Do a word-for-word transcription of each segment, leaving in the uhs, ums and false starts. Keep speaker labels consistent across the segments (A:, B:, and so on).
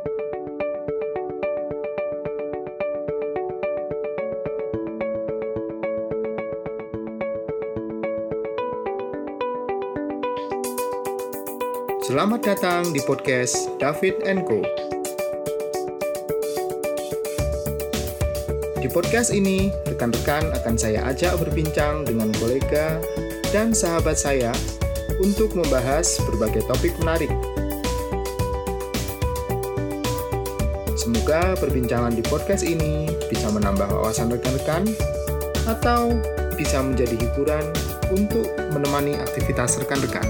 A: Selamat datang di podcast David and Co. Di podcast ini, rekan-rekan akan saya ajak berbincang dengan kolega dan sahabat saya untuk membahas berbagai topik menarik. Semoga perbincangan di podcast ini bisa menambah wawasan rekan-rekan atau bisa menjadi hiburan untuk menemani aktivitas rekan-rekan.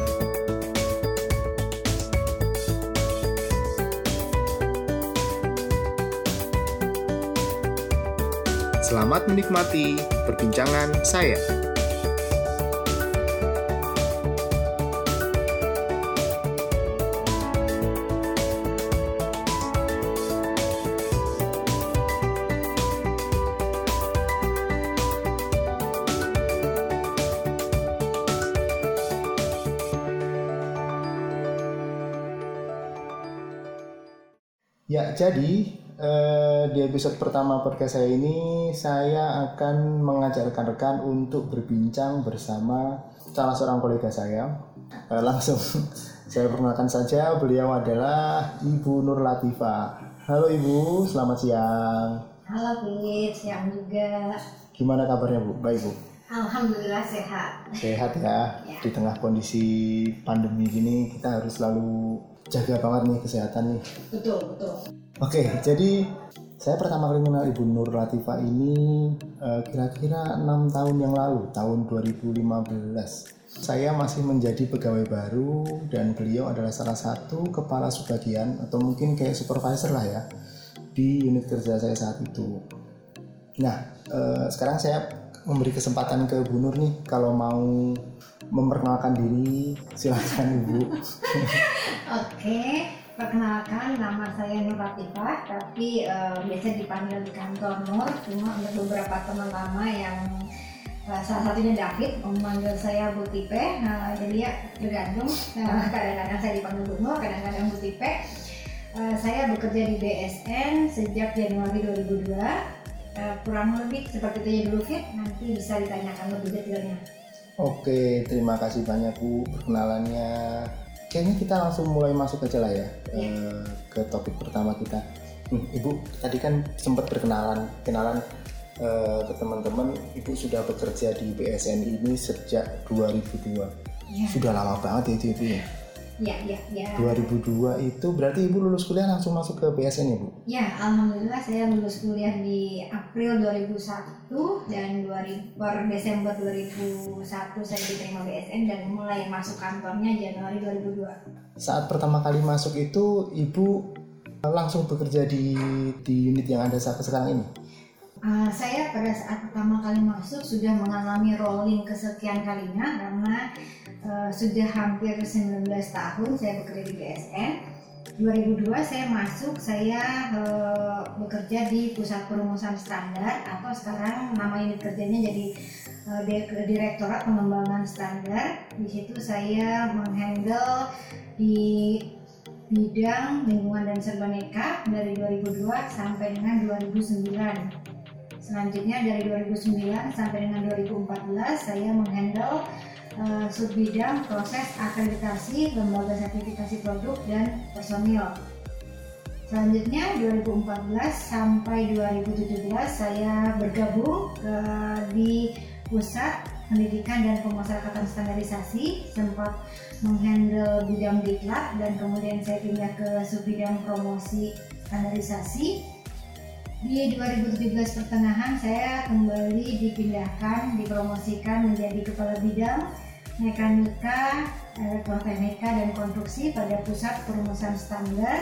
A: Selamat menikmati perbincangan saya. Ya, jadi Uh, di episode pertama podcast saya ini, saya akan mengajak rekan-rekan untuk berbincang bersama salah seorang kolega saya. Uh, langsung saya perkenalkan saja, beliau adalah Ibu Nur Latifah. Halo Ibu, selamat siang.
B: Halo Fit, siang juga.
A: Gimana kabarnya Bu? Baik Bu?
B: Alhamdulillah sehat.
A: Sehat ya, ya. Di tengah kondisi pandemi gini kita harus selalu jaga banget nih kesehatan nih.
B: Betul, betul.
A: Oke, jadi saya pertama kali kenal Ibu Nur Latifah ini uh, kira-kira enam tahun yang lalu, tahun dua ribu lima belas. Saya masih menjadi pegawai baru dan beliau adalah salah satu kepala subbagian atau mungkin kayak supervisor lah ya di unit kerja saya saat itu. Nah, uh, sekarang saya memberi kesempatan ke Bu Nur nih kalau mau memperkenalkan diri, silakan Ibu.
B: Oke. Perkenalkan, nama saya Nur Latifah, tapi uh, biasa dipanggil di kantor Nur. Cuma untuk beberapa teman lama yang uh, salah satunya David memanggil saya Bu Tipe. Uh, jadi ya tergantung. Uh, kadang-kadang saya dipanggil Bu Nur, kadang-kadang Bu Tipe. Uh, saya bekerja di B S N sejak Januari dua ribu dua. Uh, kurang lebih seperti itu ya dulu Fit. Nanti bisa ditanyakan lebih detailnya.
A: Oke, terima kasih banyak Bu perkenalannya. Kayaknya kita langsung mulai masuk aja lah ya, ya. Uh, ke topik pertama kita. Hmm, Ibu tadi kan sempat berkenalan, kenalan uh, ke teman-teman. Ibu sudah bekerja di B S N ini sejak dua ribu dua. Ya. Sudah lama banget ya itu Ibu ya?
B: Ya, ya, ya.
A: dua ribu dua itu berarti Ibu lulus kuliah langsung masuk ke B S N ya Bu?
B: Ya, alhamdulillah saya lulus kuliah di April dua ribu satu dan dua ribu, per Desember dua ribu satu saya diterima B S N dan mulai masuk kantornya Januari dua ribu dua.
A: Saat pertama kali masuk itu Ibu langsung bekerja di di unit yang ada saat sekarang ini?
B: Uh, saya pada saat pertama kali masuk sudah mengalami rolling kesekian kalinya karena uh, sudah hampir sembilan belas tahun saya bekerja di B S N. dua ribu dua saya masuk, saya uh, bekerja di Pusat Perumusan Standar atau sekarang nama unit kerjanya jadi uh, Direktorat Pengembangan Standar. Di situ saya menghandle di bidang lingkungan dan serbaneka dari dua ribu dua sampai dengan dua ribu sembilan. Selanjutnya dari dua ribu sembilan sampai dengan dua ribu empat belas saya menghandle uh, subbidang proses akreditasi lembaga sertifikasi produk dan personil. Selanjutnya dua ribu empat belas sampai dua ribu tujuh belas saya bergabung uh, di Pusat Pendidikan dan Pemasyarakatan Standarisasi, sempat menghandle bidang diklat dan kemudian saya pindah ke subbidang promosi standarisasi. Di dua ribu tujuh belas pertengahan saya kembali dipindahkan, dipromosikan menjadi Kepala Bidang Mekanika, Elektroteknika dan Konstruksi pada Pusat Perumusan Standar.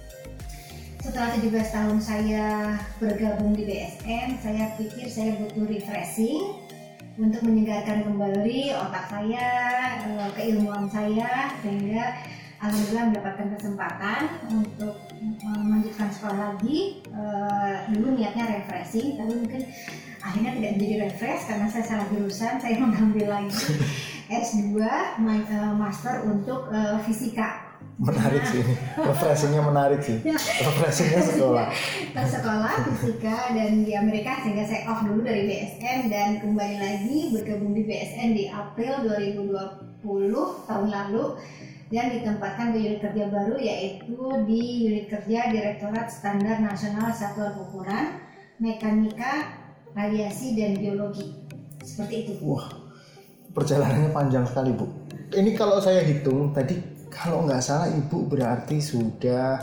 B: Setelah tujuh belas tahun saya bergabung di B S N, saya pikir saya butuh refreshing untuk menyegarkan kembali otak saya, keilmuan saya, sehingga alhamdulillah mendapatkan kesempatan untuk melanjutkan sekolah lagi. Uh, dulu niatnya refreshing, tapi mungkin akhirnya tidak menjadi refresh karena saya salah jurusan. Saya mengambil lagi S dua Master untuk uh, Fisika.
A: Menarik sih, refreshingnya menarik sih, refreshingnya sekolah.
B: Ke sekolah fisika dan di Amerika, sehingga saya off dulu dari B S N dan kembali lagi bergabung di B S N di April dua ribu dua puluh tahun lalu dan ditempatkan ke unit kerja baru, yaitu di unit kerja Direktorat Standar Nasional Satuan Ukuran Mekanika, Radiasi dan Biologi. Seperti itu.
A: Wah, perjalanannya panjang sekali, Bu. Ini kalau saya hitung tadi, kalau nggak salah Ibu berarti sudah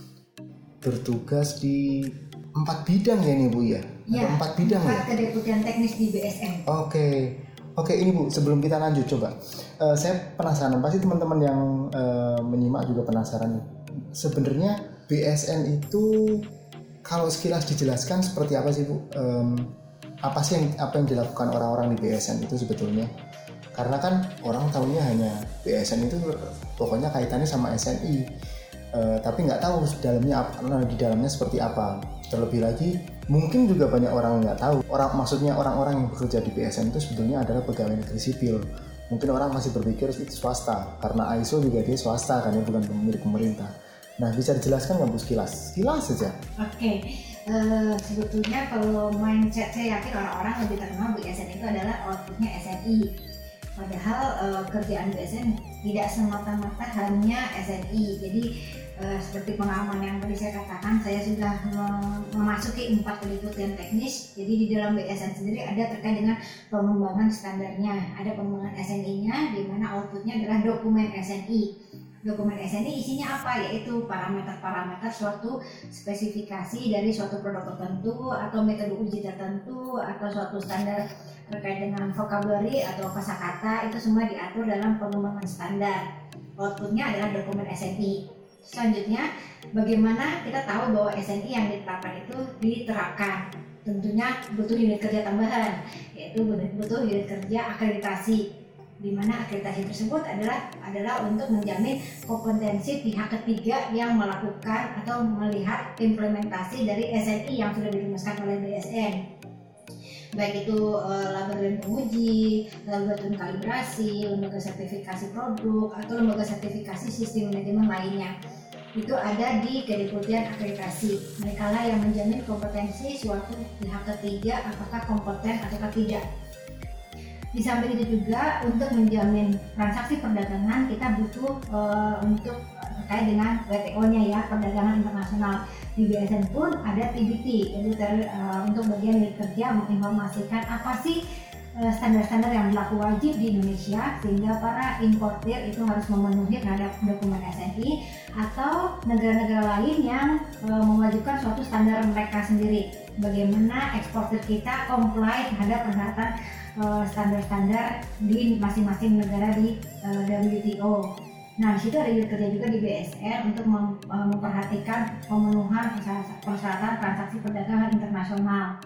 A: bertugas di empat bidang ya nih Bu ya?
B: Ya,
A: Ada empat bidang
B: empat
A: ya?
B: kedeputian teknis di B S N.
A: Oke, oke ini Bu, sebelum kita lanjut coba, uh, saya penasaran, pasti teman-teman yang uh, menyimak juga penasaran. Sebenarnya B S N itu kalau sekilas dijelaskan seperti apa sih Bu? Um, apa sih yang apa yang dilakukan orang-orang di B S N itu sebetulnya? Karena kan orang tahunya hanya B S N itu pokoknya kaitannya sama S N I, uh, tapi nggak tahu dalamnya apa, di dalamnya seperti apa. Terlebih lagi mungkin juga banyak orang nggak tahu. Orang maksudnya orang-orang yang bekerja di B S N itu sebetulnya adalah pegawai negeri sipil. Mungkin orang masih berpikir itu swasta karena I S O juga dia swasta kan ya, bukan milik pemerintah. Nah bisa dijelaskan nggak Bu sekilas? Sekilas saja.
B: Oke. Uh, sebetulnya kalau mindset saya yakin orang-orang lebih terkenal B S N itu adalah outputnya S N I. Padahal uh, kerjaan B S N tidak semata-mata hanya S N I. Jadi uh, seperti pengalaman yang tadi saya katakan, saya sudah mem- memasuki empat kedeputian teknis. Jadi di dalam B S N sendiri ada terkait dengan pengembangan standarnya, ada pengembangan S N I-nya, di mana outputnya adalah dokumen S N I. Dokumen S N I isinya apa? Yaitu parameter-parameter suatu spesifikasi dari suatu produk tertentu atau metode uji tertentu atau suatu standar terkait dengan vocabulary atau kosakata, itu semua diatur dalam pengembangan standar. Outputnya adalah dokumen S N I. Selanjutnya, bagaimana kita tahu bahwa S N I yang diterapkan itu diterapkan? Tentunya butuh unit kerja tambahan, yaitu butuh unit kerja akreditasi, di mana akreditasi tersebut adalah adalah untuk menjamin kompetensi pihak ketiga yang melakukan atau melihat implementasi dari S N I yang sudah dirumuskan oleh B S N. Baik itu uh, laboratorium penguji, laboratorium kalibrasi, lembaga sertifikasi produk, atau lembaga sertifikasi sistem manajemen lainnya. Itu ada di kedeputian akreditasi. Mereka lah yang menjamin kompetensi suatu pihak ketiga apakah kompeten atau tidak. Di samping itu juga untuk menjamin transaksi perdagangan kita butuh uh, untuk terkait dengan W T O-nya ya, perdagangan internasional. Di B S N pun ada T B T, jadi ter, uh, untuk bagian unit kerja menginformasikan apa sih uh, standar-standar yang berlaku wajib di Indonesia sehingga para importir itu harus memenuhi terhadap dokumen S N I, atau negara-negara lain yang uh, mewajibkan suatu standar mereka sendiri. Bagaimana eksportir kita comply terhadap persyaratan uh, standar-standar di masing-masing negara di uh, W T O. Nah, di situ ada unit kerja juga di B S N untuk mem- memperhatikan pemenuhan persyaratan transaksi perdagangan internasional.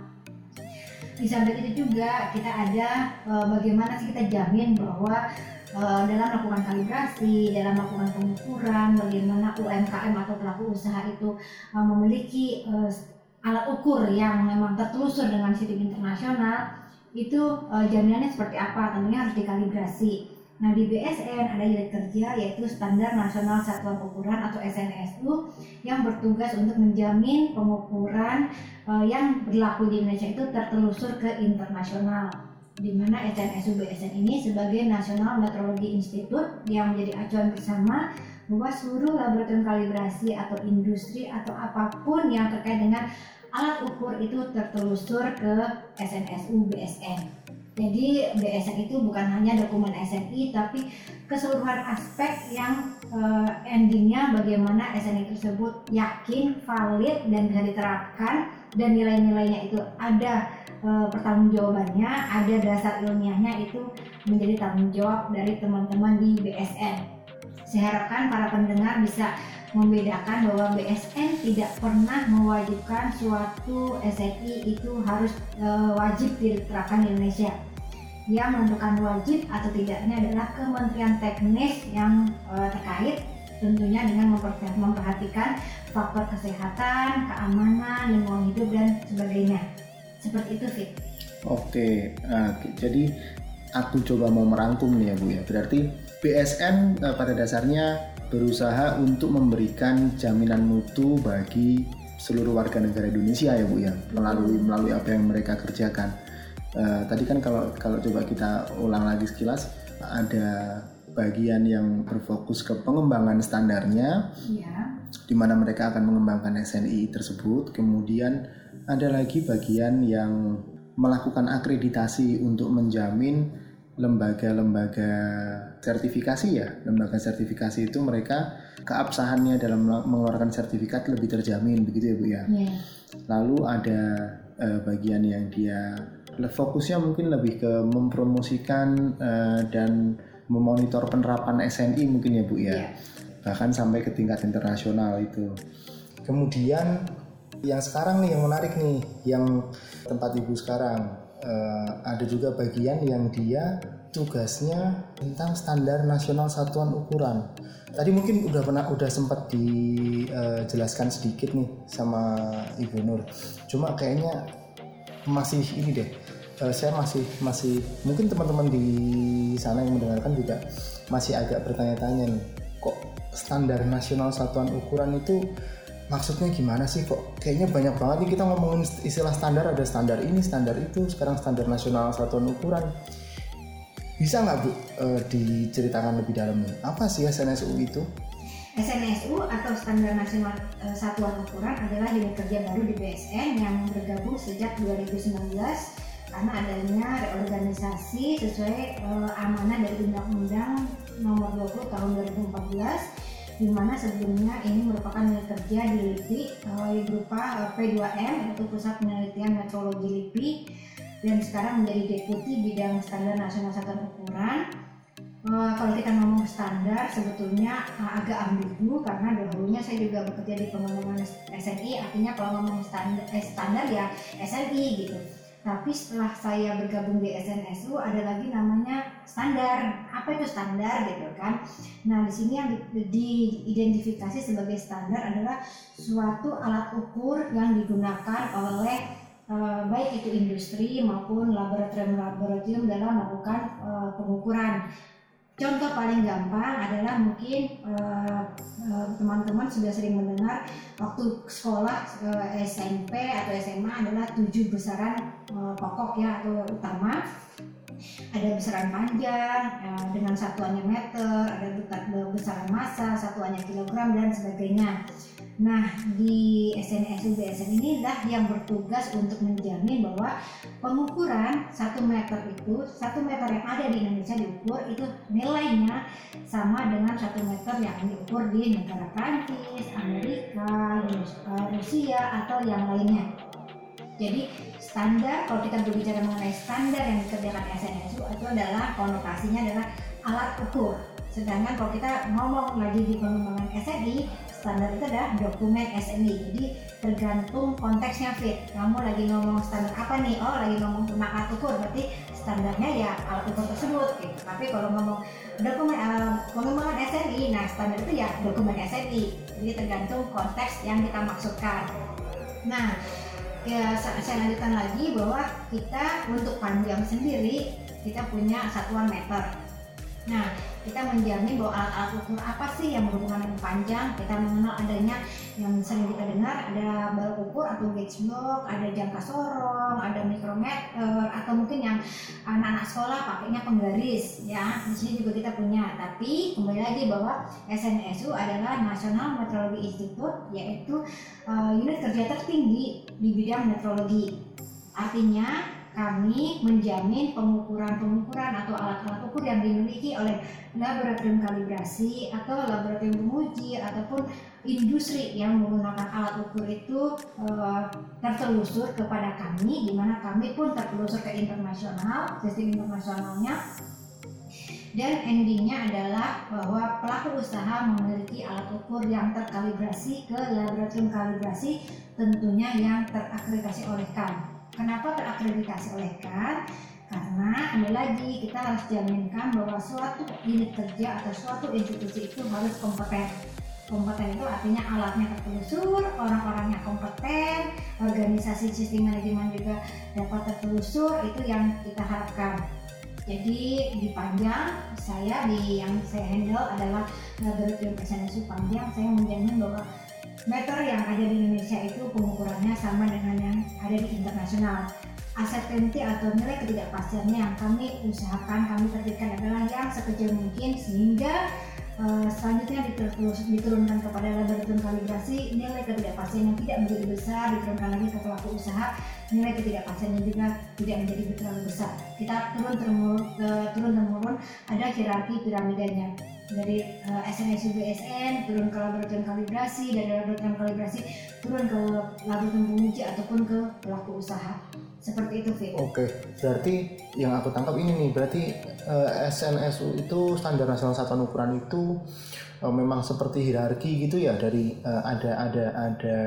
B: Di samping itu juga kita ada e, bagaimana sih kita jamin bahwa e, dalam melakukan kalibrasi, dalam melakukan pengukuran, bagaimana U M K M atau pelaku usaha itu e, memiliki e, alat ukur yang memang tertelusur dengan sistem internasional, itu e, jaminannya seperti apa? Tentunya harus dikalibrasi. Nah, di B S N ada unit kerja yaitu Standar Nasional Satuan Ukuran atau S N S U yang bertugas untuk menjamin pengukuran uh, yang berlaku di Indonesia itu tertelusur ke internasional, di mana S N S U B S N ini sebagai National Metrology Institute yang menjadi acuan bersama bahwa seluruh laboratorium kalibrasi atau industri atau apapun yang terkait dengan alat ukur itu tertelusur ke S N S U B S N. Jadi B S N itu bukan hanya dokumen S N I, tapi keseluruhan aspek yang uh, endingnya bagaimana S N I tersebut yakin, valid, dan bisa diterapkan, dan nilai-nilainya itu ada uh, pertanggungjawabannya, ada dasar ilmiahnya, itu menjadi tanggung jawab dari teman-teman di B S N. Saya harapkan para pendengar bisa membedakan bahwa B S N tidak pernah mewajibkan suatu S N I itu harus uh, wajib diterapkan di Indonesia. Yang menentukan wajib atau tidaknya adalah Kementerian Teknis yang uh, terkait, tentunya dengan memperhatikan faktor kesehatan, keamanan, lingkungan hidup, dan sebagainya. Seperti itu, Fit.
A: Oke, nah, jadi aku coba mau merangkum nih ya Bu ya. Berarti B S N uh, pada dasarnya berusaha untuk memberikan jaminan mutu bagi seluruh warga negara Indonesia ya Bu ya, melalui melalui apa yang mereka kerjakan. Uh, tadi kan kalau kalau coba kita ulang lagi sekilas, ada bagian yang berfokus ke pengembangan standarnya, ya, di mana mereka akan mengembangkan S N I tersebut. Kemudian ada lagi bagian yang melakukan akreditasi untuk menjamin lembaga-lembaga sertifikasi ya. Lembaga sertifikasi itu mereka keabsahannya dalam mengeluarkan sertifikat lebih terjamin, begitu ya Bu ya. Yeah. Lalu ada uh, bagian yang dia fokusnya mungkin lebih ke mempromosikan uh, dan memonitor penerapan S N I mungkin ya Bu ya. Yeah. Bahkan sampai ke tingkat internasional itu. Kemudian yang sekarang nih yang menarik nih, yang tempat Ibu sekarang uh, ada juga bagian yang dia tugasnya tentang standar nasional satuan ukuran. Tadi mungkin udah pernah udah sempat dijelaskan uh, sedikit nih sama Ibu Nur. Cuma kayaknya masih ini deh. Uh, saya masih masih mungkin teman-teman di sana yang mendengarkan juga masih agak bertanya-tanya nih. Kok standar nasional satuan ukuran itu maksudnya gimana sih? Kok kayaknya banyak banget nih kita ngomongin istilah standar, ada standar ini, standar itu, sekarang standar nasional satuan ukuran. Bisa nggak Bu uh, diceritakan lebih dalam nih, apa sih S N S U itu?
B: S N S U atau Standar Nasional uh, Satuan Ukuran adalah unit kerja baru di B S N yang bergabung sejak dua ribu sembilan belas karena adanya reorganisasi sesuai uh, amanah dari Undang-Undang Nomor dua puluh Tahun dua ribu empat belas, di mana sebelumnya ini merupakan unit kerja di L I P I uh, berupa uh, P dua M yaitu Pusat Penelitian Metrologi L I P I, dan sekarang menjadi Deputi Bidang Standar Nasional Satuan Ukuran. Uh, kalau kita ngomong standar sebetulnya uh, agak ambigu karena dahulunya saya juga bekerja di pengembangan S N I, artinya kalau ngomong standar, eh, standar ya S N I gitu. Tapi setelah saya bergabung di S N S U ada lagi namanya standar. Apa itu standar gitu kan? Nah di sini yang diidentifikasi sebagai standar adalah suatu alat ukur yang digunakan oleh uh, baik itu industri maupun laboratorium-laboratorium dalam melakukan uh, pengukuran. Contoh paling gampang adalah mungkin uh, uh, teman-teman sudah sering mendengar waktu sekolah uh, S M P atau S M A adalah tujuh besaran uh, pokok ya atau utama. Ada besaran panjang uh, dengan satuannya meter, ada besaran massa, satuannya kilogram dan sebagainya. Nah, di S N S U B S N inilah yang bertugas untuk menjamin bahwa pengukuran satu meter itu, satu meter yang ada di Indonesia diukur itu nilainya sama dengan satu meter yang diukur di negara Prancis, Amerika, Rusia atau yang lainnya. Jadi standar, kalau kita berbicara mengenai standar yang dikerjakan S N S U itu adalah konotasinya adalah alat ukur. Sedangkan kalau kita ngomong lagi di pengembangan S N I, standar itu adalah dokumen S N I. Jadi tergantung konteksnya fit. Kamu lagi ngomong standar apa nih? Oh, lagi ngomong tentang alat ukur, berarti standarnya ya alat ukur tersebut gitu. Tapi kalau ngomong dokumen uh, pengembangan S N I, nah standar itu ya dokumen S N I. Jadi tergantung konteks yang kita maksudkan. Nah, ya saya lanjutkan lagi bahwa kita untuk panjang sendiri kita punya satuan meter. Nah, kita menjamin bahwa alat-alat ukur apa sih yang berhubungan dengan panjang. Kita mengenal adanya yang sering kita dengar, ada balok ukur atau gauge block, ada jangka sorong, ada mikrometer, atau mungkin yang anak-anak sekolah pakainya penggaris ya. Di sini juga kita punya. Tapi kembali lagi bahwa S N S U adalah National Metrology Institute, yaitu uh, unit kerja tertinggi di bidang metrologi. Artinya kami menjamin pengukuran-pengukuran atau alat-alat ukur yang dimiliki oleh laboratorium kalibrasi atau laboratorium penguji ataupun industri yang menggunakan alat ukur itu uh, tertelusur kepada kami, di mana kami pun tertelusur ke internasional, sistem internasionalnya. Dan endingnya adalah bahwa pelaku usaha memiliki alat ukur yang terkalibrasi ke laboratorium kalibrasi, tentunya yang terakreditasi oleh K A N. Kenapa terakreditasi oleh K A N? Karena kembali lagi kita harus jaminkan bahwa suatu unit kerja atau suatu institusi itu harus kompeten. Kompeten itu artinya alatnya tertelusur, orang-orangnya kompeten, organisasi sistem manajemen juga dapat tertelusur, itu yang kita harapkan. Jadi di Panjang, saya di yang saya handle adalah laboratorium S N S U Panjang. Saya menjamin bahwa meter yang ada di Indonesia itu pengukurannya sama dengan yang ada di internasional. Uncertainty atau nilai ketidakpastiannya yang kami usahakan, kami tertipkan adalah yang sekecil mungkin, sehingga Uh, selanjutnya diturunkan kepada laboratorium kalibrasi. Nilai ketidakpastian yang tidak menjadi besar diturunkan lagi ke pelaku usaha, nilai ketidakpastian yang juga tidak menjadi terlalu besar. Kita turun temurun, uh, turun temurun ada hierarki piramidanya dari uh, S N S U B S N turun ke laboratorium kalibrasi, dari laboratorium kalibrasi turun ke laboratorium penguji ataupun ke pelaku usaha. Seperti itu, Fit.
A: Oke, berarti yang aku tangkap ini nih, berarti uh, S N S U itu standar nasional satuan ukuran itu uh, memang seperti hierarki gitu ya, dari uh, ada ada ada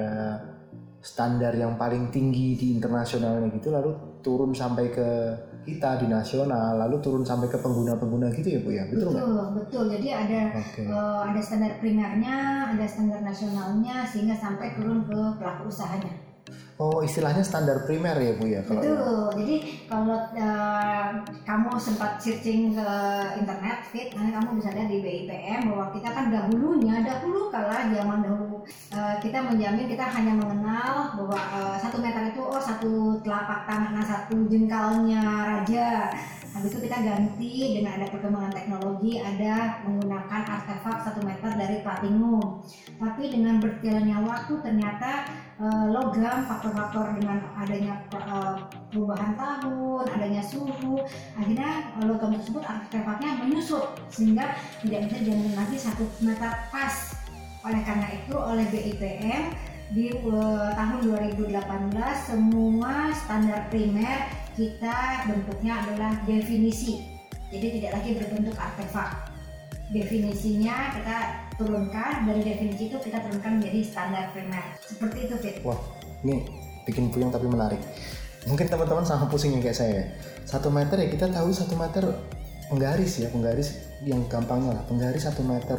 A: standar yang paling tinggi di internasionalnya gitu, lalu turun sampai ke kita di nasional, lalu turun sampai ke pengguna-pengguna gitu ya Bu ya, betul nggak?
B: Betul, betul. Jadi ada okay. uh, ada standar primernya, ada standar nasionalnya, sehingga sampai turun ke pelaku usahanya.
A: Oh, istilahnya standar primer ya Bu ya?
B: Kalau betul. Ya. Jadi kalau uh, kamu sempat searching ke internet, Fit, nanti kamu bisa lihat di B I P M bahwa kita kan dahulunya, dahulu kala zaman dahulu uh, kita menjamin, kita hanya mengenal bahwa uh, satu meter itu oh satu telapak tangan, satu jengkalnya raja. Habis itu kita ganti dengan ada perkembangan teknologi, ada menggunakan artefak satu meter dari platinum. Tapi dengan berjalannya waktu ternyata uh, logam, faktor-faktor dengan adanya uh, perubahan tahun, adanya suhu, akhirnya uh, logam tersebut artefaknya menyusut sehingga tidak bisa dijamin lagi satu meter pas. Oleh karena itu oleh B I P M di uh, tahun dua ribu delapan belas semua standar primer kita bentuknya adalah definisi, jadi tidak lagi berbentuk artefak. Definisinya kita turunkan, dari definisi itu kita turunkan menjadi standar primer. Seperti itu, Fit.
A: Wah, ini bikin puyeng tapi menarik. Mungkin teman-teman sama pusingnya kayak saya. Satu meter ya, kita tahu satu meter penggaris ya, penggaris yang gampangnya lah, penggaris satu meter.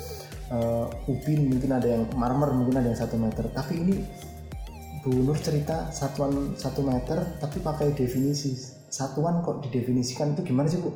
A: Uh, upin mungkin ada yang marmer, mungkin ada yang satu meter. Tapi ini Bu Nur cerita satuan satu meter tapi pakai definisi satuan, kok didefinisikan, itu gimana sih Bu?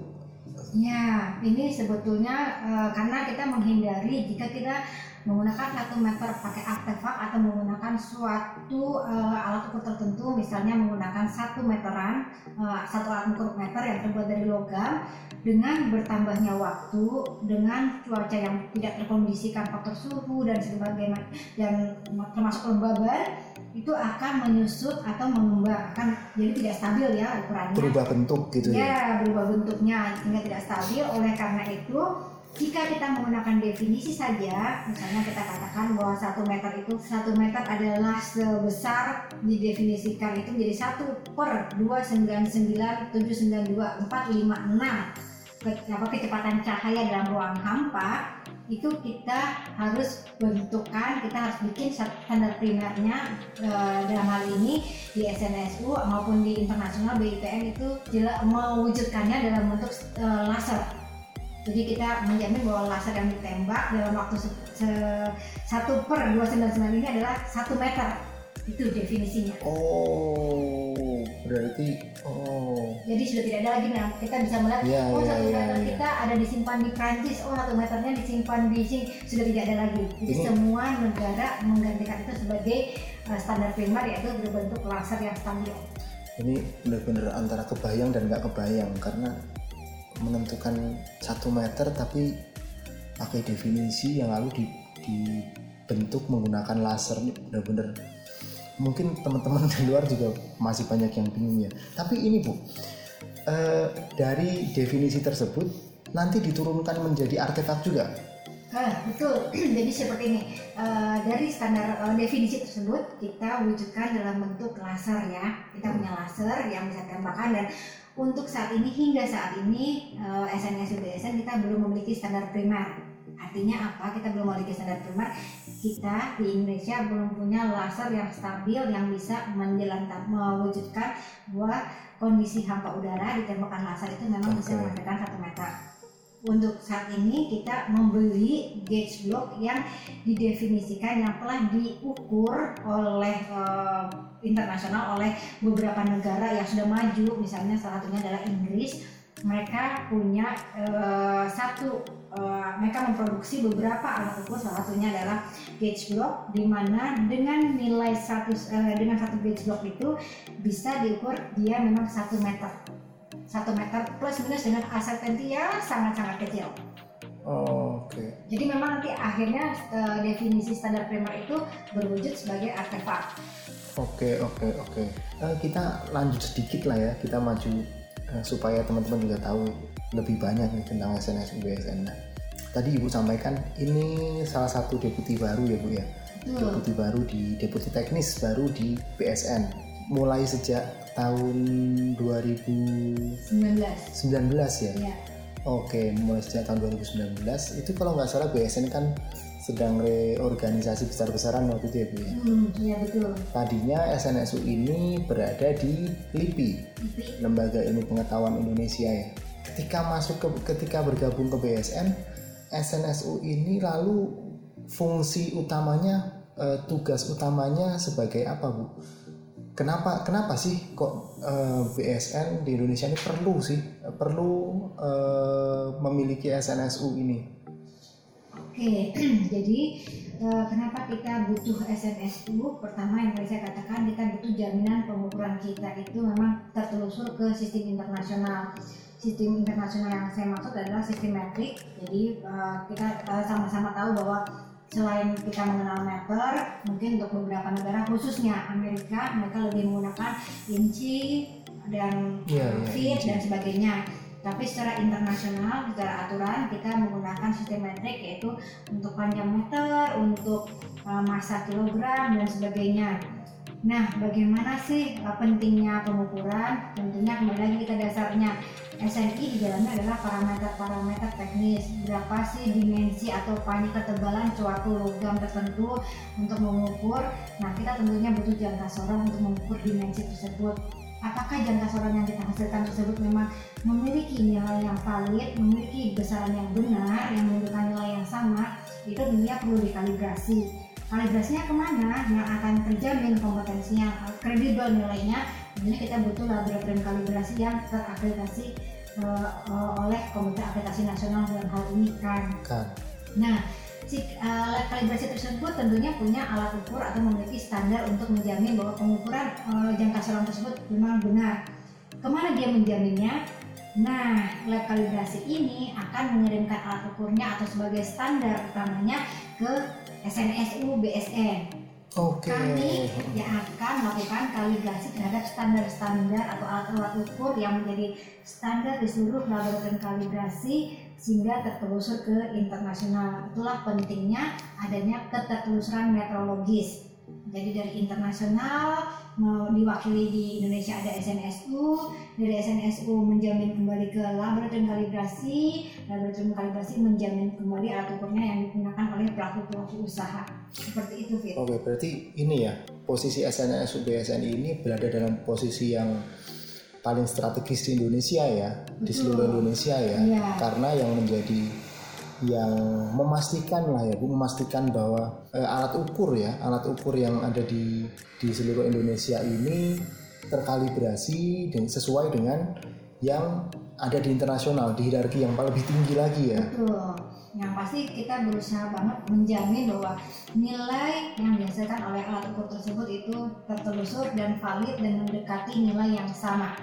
B: Ya, ini sebetulnya e, karena kita menghindari jika kita menggunakan satu meter pakai artefak atau menggunakan suatu e, alat ukur tertentu, misalnya menggunakan satu meteran, e, satu alat ukur meter yang terbuat dari logam, dengan bertambahnya waktu, dengan cuaca yang tidak terkondisikan, faktor suhu dan sebagainya, dan termasuk kelembaban, itu akan menyusut atau mengembang, akan jadi tidak stabil ya ukurannya.
A: Berubah bentuk gitu ya?
B: Ya, berubah bentuknya sehingga tidak stabil. Oleh karena itu, jika kita menggunakan definisi saja, misalnya kita katakan bahwa satu meter itu satu meter adalah sebesar, didefinisikan itu menjadi satu per dua sembilan sembilan tujuh sembilan dua empat lima enam apa kecepatan cahaya dalam ruang hampa, itu kita harus bentukkan, kita harus bikin standar primernya. E, dalam hal ini di S N S U maupun di internasional B I P M itu jelas mewujudkannya dalam bentuk e, laser. Jadi kita menjamin bahwa laser yang ditembak dalam waktu se, se, satu per dua sembilan sembilan ini adalah satu meter. Itu definisinya.
A: Oh, berarti oh.
B: Jadi sudah tidak ada lagi, nah kita bisa melihat
A: ya,
B: oh
A: ya,
B: satu
A: ya,
B: meter
A: ya.
B: kita ada disimpan di Prancis, oh satu meternya disimpan di sini, sudah tidak ada lagi. Jadi ini semua negara menggantikan itu sebagai uh, standar primer, yaitu berbentuk laser yang stabil.
A: Ini benar-benar antara kebayang dan nggak kebayang, karena menentukan satu meter tapi pakai definisi yang lalu dibentuk menggunakan laser, ini benar-benar. Mungkin teman-teman di luar juga masih banyak yang bingung ya. Tapi ini Bu, eh, dari definisi tersebut nanti diturunkan menjadi artefak juga?
B: Ah, betul. Jadi seperti ini, uh, dari standar uh, definisi tersebut kita wujudkan dalam bentuk laser ya. Kita punya laser yang bisa tembakan, dan untuk saat ini, hingga saat ini uh, S N S U B S N kita belum memiliki standar primer. Artinya apa? Kita belum memiliki standar primer. Kita di Indonesia belum punya laser yang stabil yang bisa menjalankan, mewujudkan bahwa kondisi hampa udara ditembakkan laser itu memang okay. bisa menghasilkan satu meter. Untuk saat ini kita membeli gauge block yang didefinisikan, yang telah diukur oleh uh, internasional oleh beberapa negara yang sudah maju, misalnya salah satunya adalah Inggris. mereka punya uh, satu uh, mereka memproduksi beberapa alat ukur, salah satunya adalah gauge block, di mana dengan nilai seratus uh, dengan satu gauge block itu bisa diukur dia memang satu meter satu meter plus minus dengan uncertainty yang sangat-sangat kecil.
A: Oh, oke. Okay.
B: Jadi memang nanti akhirnya uh, definisi standar primer itu berwujud sebagai artefak.
A: Oke, okay, oke, okay, oke. Okay. Uh, kita lanjut sedikit lah ya, kita maju uh, supaya teman-teman juga tahu lebih banyak nih tentang S N S U B S N. Nah, tadi Ibu sampaikan ini salah satu deputi baru ya Bu ya. Hmm. Deputi baru di deputi teknis baru di B S N. Mulai sejak tahun dua ribu sembilan belas ya.
B: Iya.
A: Oke, mulai sejak tahun dua ribu sembilan belas itu kalau nggak salah B S N kan sedang reorganisasi besar-besaran waktu itu ya Bu ya?
B: Hmm, iya betul.
A: Tadinya S N S U ini berada di LIPI, LIPI, Lembaga Ilmu Pengetahuan Indonesia ya. Ketika masuk ke, ketika bergabung ke B S N, S N S U ini lalu fungsi utamanya, eh, tugas utamanya sebagai apa Bu? Kenapa kenapa sih kok uh, B S N di Indonesia ini perlu sih perlu uh, memiliki S N S U ini?
B: Oke, jadi uh, kenapa kita butuh S N S U? Pertama yang tadi saya katakan, kita butuh jaminan pengukuran kita itu memang tertelusur ke sistem internasional. Sistem internasional yang saya maksud adalah sistem metrik. Jadi uh, kita uh, sama-sama tahu bahwa selain kita mengenal meter, mungkin untuk beberapa negara khususnya Amerika, mereka lebih menggunakan inci dan
A: yeah, yeah,
B: feet
A: inci.
B: dan sebagainya. Tapi secara internasional, secara aturan kita menggunakan sistem metrik, yaitu untuk panjang meter, untuk uh, massa kilogram dan sebagainya. Nah, bagaimana sih uh, pentingnya pengukuran? Tentunya kembali lagi kita dasarnya S N I di dalamnya adalah parameter-parameter teknis. Berapa sih dimensi atau panjang ketebalan suatu logam tertentu untuk mengukur. Nah, kita tentunya butuh jangka sorong untuk mengukur dimensi tersebut. Apakah jangka sorong yang kita hasilkan tersebut memang memiliki nilai yang valid, memiliki besaran yang benar, yang menunjukkan nilai yang sama? Itu tentunya perlu dikalibrasi. Kalibrasinya kemana? Yang akan terjamin kompetensinya, kredibel nilainya. Tentunya kita butuh laboratorium kalibrasi yang terakreditasi uh, uh, oleh Komite Akreditasi Nasional dalam hal ini kan.
A: Kan.
B: Nah, si uh, kalibrasi tersebut tentunya punya alat ukur atau memiliki standar untuk menjamin bahwa pengukuran uh, jangka sorong tersebut memang benar. Kemana dia menjaminnya? Nah, lab kalibrasi ini akan mengirimkan alat ukurnya atau sebagai standar utamanya ke S N S U B S N.
A: Okay.
B: Kami yang akan melakukan kalibrasi terhadap standar-standar atau alat-alat ukur yang menjadi standar di seluruh laboratorium kalibrasi sehingga tertelusur ke internasional. Itulah pentingnya adanya ketertelusuran metrologis. Jadi dari internasional diwakili di Indonesia ada S N S U, dari S N S U menjamin kembali ke laboratorium kalibrasi, laboratorium kalibrasi menjamin kembali alat ukurnya yang digunakan oleh pelaku-pelaku usaha. Seperti itu, Fit.
A: Oke, berarti ini ya, posisi S N S U B S N ini berada dalam posisi yang paling strategis di Indonesia ya, betul, di seluruh Indonesia ya, ya. Karena yang menjadi yang memastikan lah ya Bu, memastikan bahwa eh, alat ukur ya, alat ukur yang ada di di seluruh Indonesia ini terkalibrasi dan sesuai dengan yang ada di internasional, di hierarki yang lebih tinggi lagi ya.
B: Betul. Yang pasti kita berusaha banget menjamin bahwa nilai yang dihasilkan oleh alat ukur tersebut itu tertelusur dan valid dan mendekati nilai yang sama.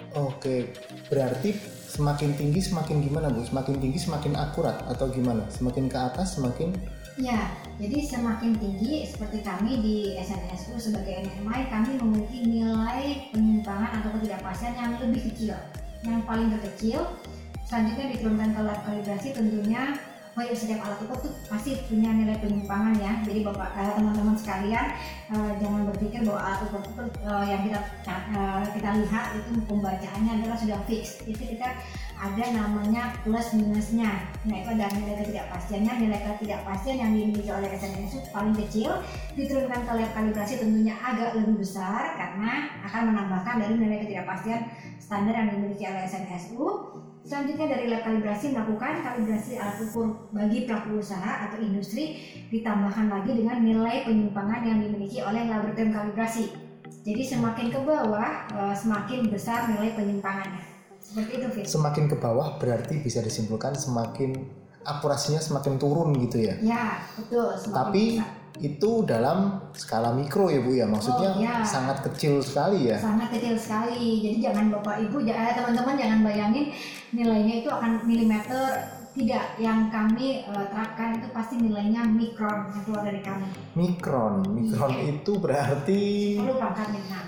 A: Oke, berarti semakin tinggi semakin gimana Bu? Semakin tinggi semakin akurat atau gimana? Semakin ke atas semakin?
B: Ya, jadi semakin tinggi seperti kami di S N S U sebagai N M I, kami memiliki nilai penyimpangan atau ketidakpastian yang lebih kecil. Yang paling terkecil, selanjutnya diturunkan ke lab kalibrasi tentunya. Oh ya, setiap alat ukur tuh pasti punya nilai penyimpangan ya. Jadi bapak eh, teman-teman sekalian eh, jangan berpikir bahwa alat ukur itu eh, yang kita eh, kita lihat itu pembacaannya adalah sudah fix. Itu kita ada namanya plus minusnya. Nah itu ada nilai ketidakpastiannya. Nilai ketidakpastian yang dimiliki oleh S N S U paling kecil, diturunkan ke lab kalibrasi tentunya agak lebih besar karena akan menambahkan dari nilai ketidakpastian standar yang dimiliki oleh S N S U. Selanjutnya dari lab kalibrasi melakukan kalibrasi alat ukur bagi pelaku usaha atau industri, ditambahkan lagi dengan nilai penyimpangan yang dimiliki oleh laboratorium kalibrasi. Jadi semakin ke bawah semakin besar nilai penyimpangannya. Seperti itu, Fit.
A: Semakin ke bawah berarti bisa disimpulkan semakin akurasinya semakin turun gitu ya.
B: Ya, betul.
A: Tapi
B: besar.
A: Itu dalam skala mikro ya Bu ya, maksudnya
B: oh, ya.
A: sangat kecil sekali ya.
B: Sangat kecil sekali. Jadi jangan Bapak Ibu, jangan teman-teman jangan bayangin nilainya itu akan milimeter. Tidak, yang kami uh, terapkan itu pasti nilainya mikron yang keluar dari kami.
A: Mikron, mikron iya. Itu berarti
B: sepuluh pangkat enam.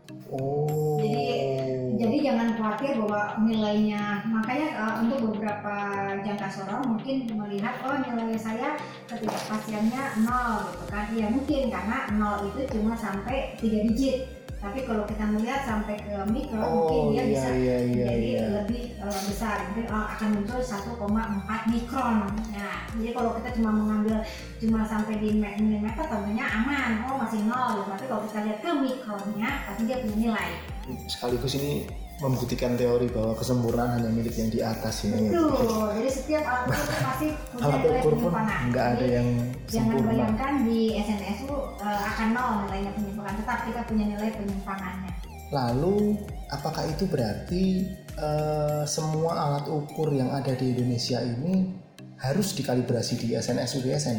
A: Oh.
B: Jadi jadi jangan khawatir bahwa nilainya, makanya uh, untuk beberapa jangka sorong mungkin melihat oh nilai saya ketidakpastiannya nol gitu kan. Iya mungkin karena nol itu cuma sampai tiga digit. Tapi kalau kita melihat sampai ke mikro
A: oh,
B: mungkin dia
A: iya,
B: bisa
A: iya, iya,
B: jadi
A: iya.
B: lebih uh, besar, mungkin uh, akan muncul satu koma empat mikron. Nah, jadi kalau kita cuma mengambil cuma sampai di milimeter tentunya aman, oh masih nol. Tapi kalau kita lihat ke mikronnya, pasti dia punya nilai.
A: Sekaligus ini membuktikan teori bahwa kesempurnaan hanya milik yang di atas ini.
B: Betul. Jadi setiap alat ukur pasti punya
A: alat
B: nilai
A: ukur pun
B: penyimpanan.
A: nggak ada yang
B: Jangan
A: sempurna.
B: bayangkan di S N S U uh, akan nol nilainya penyimpanan, tetap kita punya nilai penyimpanannya.
A: Lalu apakah itu berarti uh, semua alat ukur yang ada di Indonesia ini harus dikalibrasi di S N S U D S N?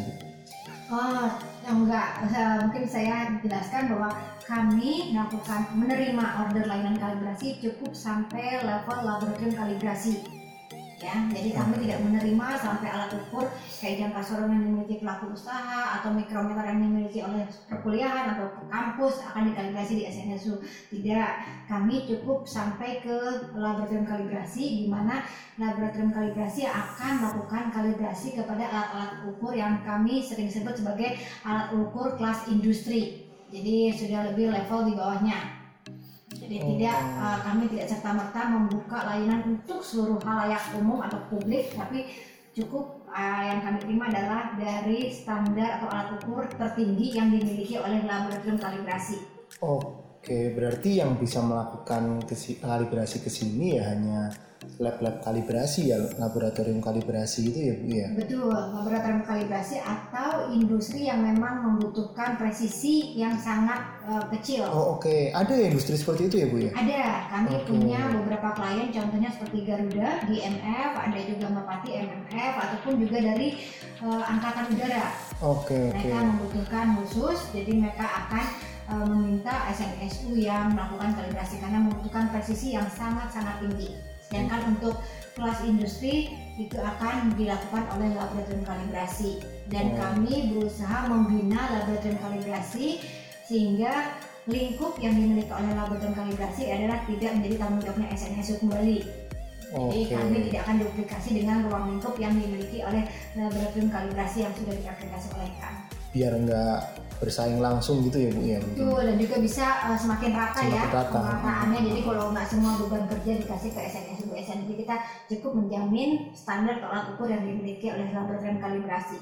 B: Oh, enggak. Mungkin saya jelaskan bahwa kami melakukan menerima order layanan kalibrasi cukup sampai level laboratorium kalibrasi. Ya, jadi kami tidak menerima sampai alat ukur kayak jangka sorong yang dimiliki pelaku usaha atau mikrometer yang dimiliki oleh perkuliahan atau kampus akan dikalibrasi di S N S U. Tidak, kami cukup sampai ke laboratorium kalibrasi, di mana laboratorium kalibrasi akan melakukan kalibrasi kepada alat-alat ukur yang kami sering sebut sebagai alat ukur kelas industri. Jadi sudah lebih level di bawahnya. Jadi oh. tidak uh, kami tidak serta-merta membuka layanan untuk seluruh halayak umum atau publik, tapi cukup uh, yang kami terima adalah dari standar atau alat ukur tertinggi yang dimiliki oleh laboratorium kalibrasi.
A: Oke, berarti yang bisa melakukan kesi- kalibrasi ke sini ya hanya lab-lab kalibrasi ya, laboratorium kalibrasi itu ya Bu ya?
B: Betul, laboratorium kalibrasi atau industri yang memang membutuhkan presisi yang sangat uh, kecil.
A: Oh oke, okay. Ada ya industri seperti itu ya Bu ya?
B: Ada, kami
A: okay.
B: punya beberapa klien contohnya seperti Garuda, D M F, ada juga Merpati M M F, ataupun juga dari uh, Angkatan Udara.
A: Oke okay, oke. Okay.
B: Mereka membutuhkan khusus, jadi mereka akan uh, meminta S N S U yang melakukan kalibrasi karena membutuhkan presisi yang sangat-sangat tinggi. Sedangkan untuk kelas industri itu akan dilakukan oleh laboratorium kalibrasi dan oh. kami berusaha membina laboratorium kalibrasi sehingga lingkup yang dimiliki oleh laboratorium kalibrasi adalah tidak menjadi tanggung jawabnya S N S U kembali. Jadi okay. kami tidak akan duplikasi dengan ruang lingkup yang dimiliki oleh laboratorium kalibrasi yang sudah diaplikasi oleh kami. Biar
A: enggak bersaing langsung gitu ya Bu ya.
B: Betul, dan juga bisa uh, semakin rata
A: semakin
B: ya
A: rata.
B: pemerataannya. Jadi kalau nggak semua beban kerja dikasih ke S N S U B S N, jadi kita cukup menjamin standar alat ukur yang dimiliki oleh laboratorium kalibrasi.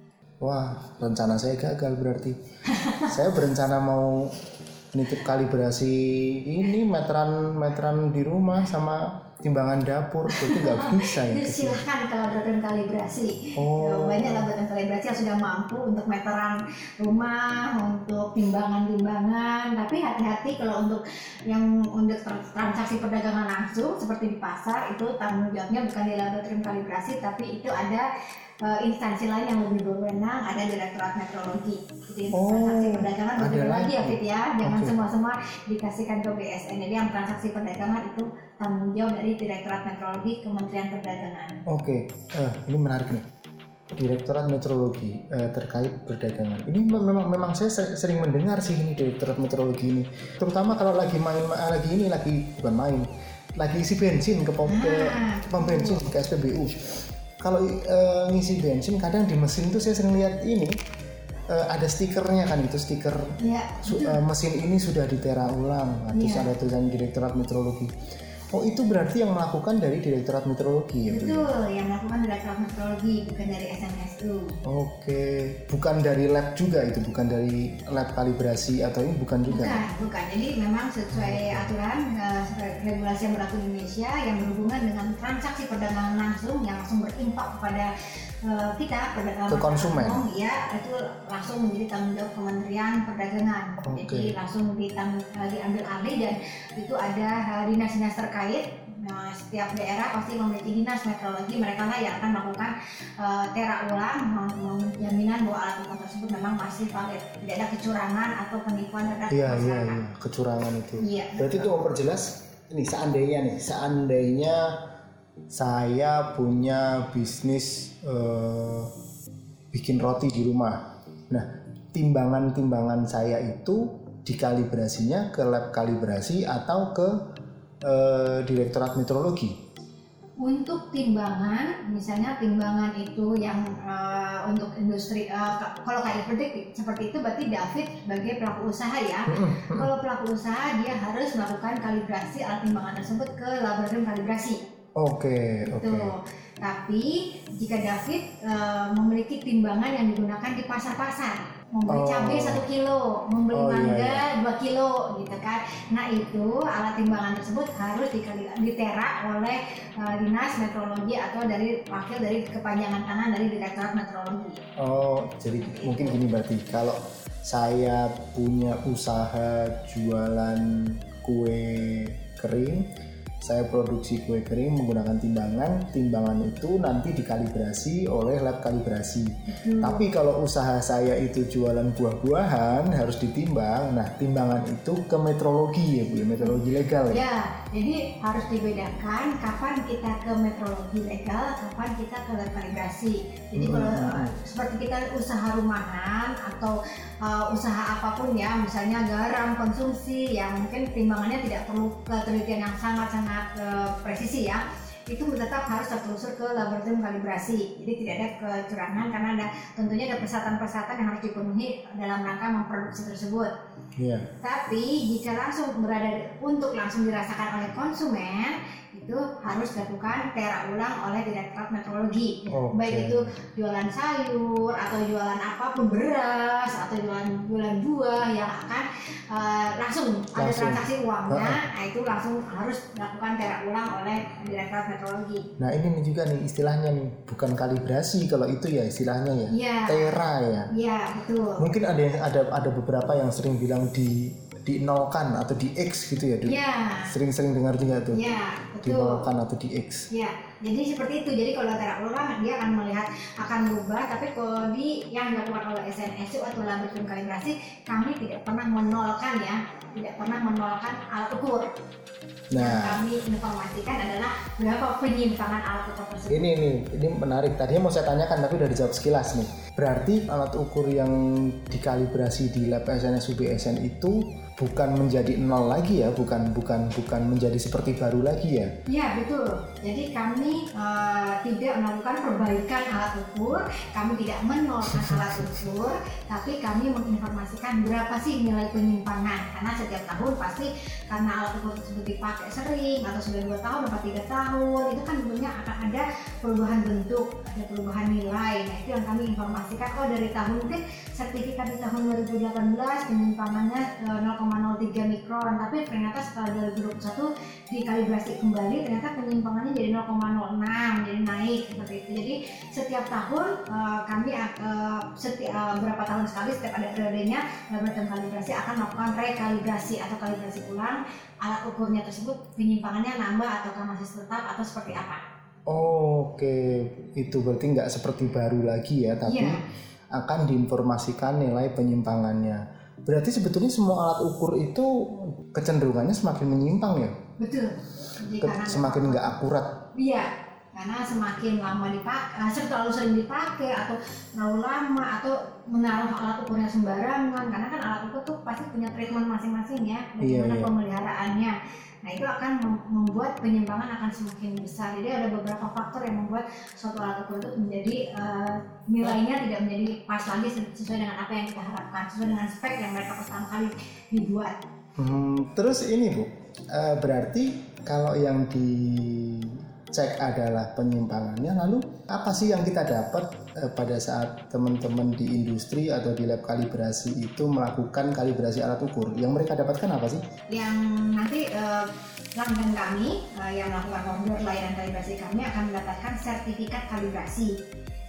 A: Wah, rencana saya gagal berarti. Saya berencana mau nitip kalibrasi ini meteran meteran di rumah sama timbangan dapur, itu nggak bisa ya.
B: Silahkan ke laboratorium kalibrasi.
A: Oh.
B: Banyak laboratorium kalibrasi yang sudah mampu untuk meteran rumah, untuk timbangan-timbangan. Tapi hati-hati kalau untuk yang untuk transaksi perdagangan langsung seperti di pasar, itu tanggung jawabnya bukan di laboratorium kalibrasi, tapi itu ada uh, instansi lain yang lebih berwenang, ada Direktorat Metrologi. Jadi
A: oh,
B: transaksi perdagangan berbeda lagi ya Fit ya, jangan
A: okay.
B: semua-semua dikasihkan ke B S N. Jadi yang transaksi perdagangan itu tanggung jawab dari Direktorat Metrologi Kementerian Perdagangan.
A: Oke, okay. uh, ini menarik nih. Direktorat Metrologi uh, terkait perdagangan. Ini memang memang saya sering mendengar sih ini Direktorat Metrologi ini. Terutama kalau lagi main lagi ini lagi bukan main, lagi isi bensin ke pom ah, ke pom bensin ke S P B U. Kalau uh, ngisi bensin kadang di mesin itu saya sering lihat ini uh, ada stikernya kan, itu stiker
B: ya,
A: su- uh, mesin ini sudah ditera ulang, nah, terus
B: ya.
A: ada tulisan Direktorat Metrologi. Oh itu berarti yang melakukan dari Direktorat Metrologi ya?
B: Betul, yang melakukan Direktorat Metrologi, bukan dari S N S U.
A: Oke, bukan dari lab juga itu, bukan dari lab kalibrasi atau ini bukan juga?
B: Bukan, bukan. Jadi memang sesuai aturan uh, regulasi yang berlaku di Indonesia yang berhubungan dengan transaksi perdagangan langsung yang langsung berimpak kepada uh, kita, perdagangan
A: ke konsumen.
B: Umum, ya itu langsung menjadi tanggung jawab Kementerian Perdagangan. Okay. Jadi langsung ditang, uh, diambil alih dan itu ada uh, dinas-dinas terkait Nah, setiap daerah pasti memiliki dinas metrologi, mereka lah yang akan melakukan uh, tera ulang, menjaminan bahwa alat ukur tersebut memang masih valid, tidak ada kecurangan atau penipuan terhadap
A: Iya,
B: masyarakat.
A: iya, iya, kecurangan itu.
B: Iya.
A: Berarti itu memperjelas ini seandainya nih, seandainya saya punya bisnis eh, bikin roti di rumah. Nah, timbangan-timbangan saya itu dikalibrasinya ke lab kalibrasi atau ke eh, Direktorat Metrologi.
B: Untuk timbangan, misalnya timbangan itu yang uh, untuk industri, uh, kalau kayak seperti seperti itu berarti David sebagai pelaku usaha ya. Kalau pelaku usaha dia harus melakukan kalibrasi alat timbangan tersebut ke laboratorium kalibrasi.
A: Oke, oke.
B: Gitu. Tapi jika David uh, memiliki timbangan yang digunakan di pasar-pasar, membeli
A: Oh.
B: cabai satu kilo, membeli
A: Oh, iya,
B: mangga
A: iya.
B: dua kilo, gitu kan. Nah itu alat timbangan tersebut harus dikali, ditera oleh uh, dinas metrologi atau dari wakil dari kepanjangan tangan dari Direktorat Metrologi.
A: Oh, jadi mungkin gini berarti kalau saya punya usaha jualan kue kering, saya produksi kue kering menggunakan timbangan, timbangan itu nanti dikalibrasi oleh lab kalibrasi.
B: Hmm.
A: Tapi kalau usaha saya itu jualan buah-buahan harus ditimbang, nah timbangan itu ke metrologi ya Bu, ya, metrologi legal ya.
B: Ya, jadi harus dibedakan kapan kita ke metrologi legal, kapan kita ke lab kalibrasi. Jadi
A: Hmm.
B: kalau uh, seperti kita usaha rumahan atau uh, usaha apapun ya, misalnya garam konsumsi yang mungkin timbangannya tidak perlu ketelitian yang sangat-sangat uh, presisi ya, itu tetap harus tertelusur ke laboratorium kalibrasi. Jadi tidak ada kecurangan karena ada tentunya ada persyaratan-persyaratan yang harus dipenuhi dalam rangka memproduksi tersebut.
A: Iya.
B: Tapi jika langsung berada untuk langsung dirasakan oleh konsumen, itu harus dilakukan tera ulang oleh Direktorat Metrologi.
A: Oke.
B: Baik itu jualan sayur atau jualan apapun, beras atau jualan jualan buah yang akan uh, langsung, ada
A: Langsung.
B: transaksi uangnya,
A: Ha-ha.
B: nah itu langsung harus dilakukan tera ulang oleh Direktorat Metrologi.
A: Nah ini nih juga nih istilahnya nih, bukan kalibrasi kalau itu ya istilahnya ya,
B: Iya.
A: tera ya.
B: Iya, betul.
A: Mungkin ada yang ada ada beberapa yang sering bilang di di nolkan atau di X gitu ya, Du?
B: Iya.
A: Sering-sering dengar juga tuh.
B: Iya,
A: Di
B: betul.
A: nolkan atau di X.
B: Ya, jadi seperti itu. Jadi kalau tera ulang dia akan melihat akan berubah, tapi kalau di yang dilakukan oleh S N S U atau laboratorium kalibrasi, kami tidak pernah menolkan ya, tidak pernah menolkan alat ukur. Yang
A: Nah,
B: kami informasikan adalah berapa penyimpangan alat ukur tersebut.
A: ini nih, ini menarik. Tadinya mau saya tanyakan tapi udah dijawab sekilas nih. Berarti alat ukur yang dikalibrasi di lab S N S U B S N itu bukan menjadi nol lagi ya, bukan bukan bukan menjadi seperti baru lagi ya.
B: Ya, betul. Jadi kami uh, tidak melakukan perbaikan alat ukur, kami tidak menolkan alat ukur, tapi kami menginformasikan berapa sih nilai penyimpangan. Karena setiap tahun pasti karena alat ukur tersebut dipakai sering atau sudah dua tahun atau tiga tahun, itu kan tentunya akan ada perubahan bentuk, ada perubahan nilai. Nah itu yang kami informasikan. Oh dari tahun mungkin sertifikat di tahun dua ribu delapan belas penyimpangannya uh, nol koma nol tiga mikron, tapi ternyata setelah dua ribu dua puluh satu dikalibrasi kembali ternyata penyimpangannya jadi nol koma nol enam, jadi naik seperti itu. Jadi setiap tahun uh, kami uh, setiap uh, berapa tahun sekali setiap ada periodenya laboratorium kalibrasi akan melakukan rekalibrasi atau kalibrasi ulang alat ukurnya tersebut, penyimpangannya nambah ataukah masih tetap atau seperti apa.
A: Oke, itu berarti nggak seperti baru lagi ya, tapi
B: Iya.
A: akan diinformasikan nilai penyimpangannya. Berarti sebetulnya semua alat ukur itu kecenderungannya semakin menyimpang ya,
B: Betul. Jadi
A: Ke-
B: karena
A: semakin nggak akurat.
B: Iya, karena semakin lama dipakai, terlalu sering dipakai atau terlalu lama atau menaruh alat ukurnya sembarangan, karena kan alat ukur tuh pasti punya treatment masing-masing ya, bagaimana
A: Iya, iya.
B: pemeliharaannya. Nah itu akan mem- membuat penyimpangan akan semakin besar. Jadi ada beberapa faktor yang membuat suatu alat ukur itu menjadi uh, nilainya tidak menjadi pas lagi sesuai dengan apa yang kita harapkan, sesuai dengan spek yang mereka pertama kali dibuat.
A: Hmm, terus ini Bu, eh, berarti kalau yang dicek adalah penyimpangannya, lalu apa sih yang kita dapat eh, pada saat teman-teman di industri atau di lab kalibrasi itu melakukan kalibrasi alat ukur? Yang mereka dapatkan apa sih?
B: Yang nanti uh, pelanggan kami uh, yang melakukan order layanan kalibrasi kami akan mendapatkan sertifikat kalibrasi.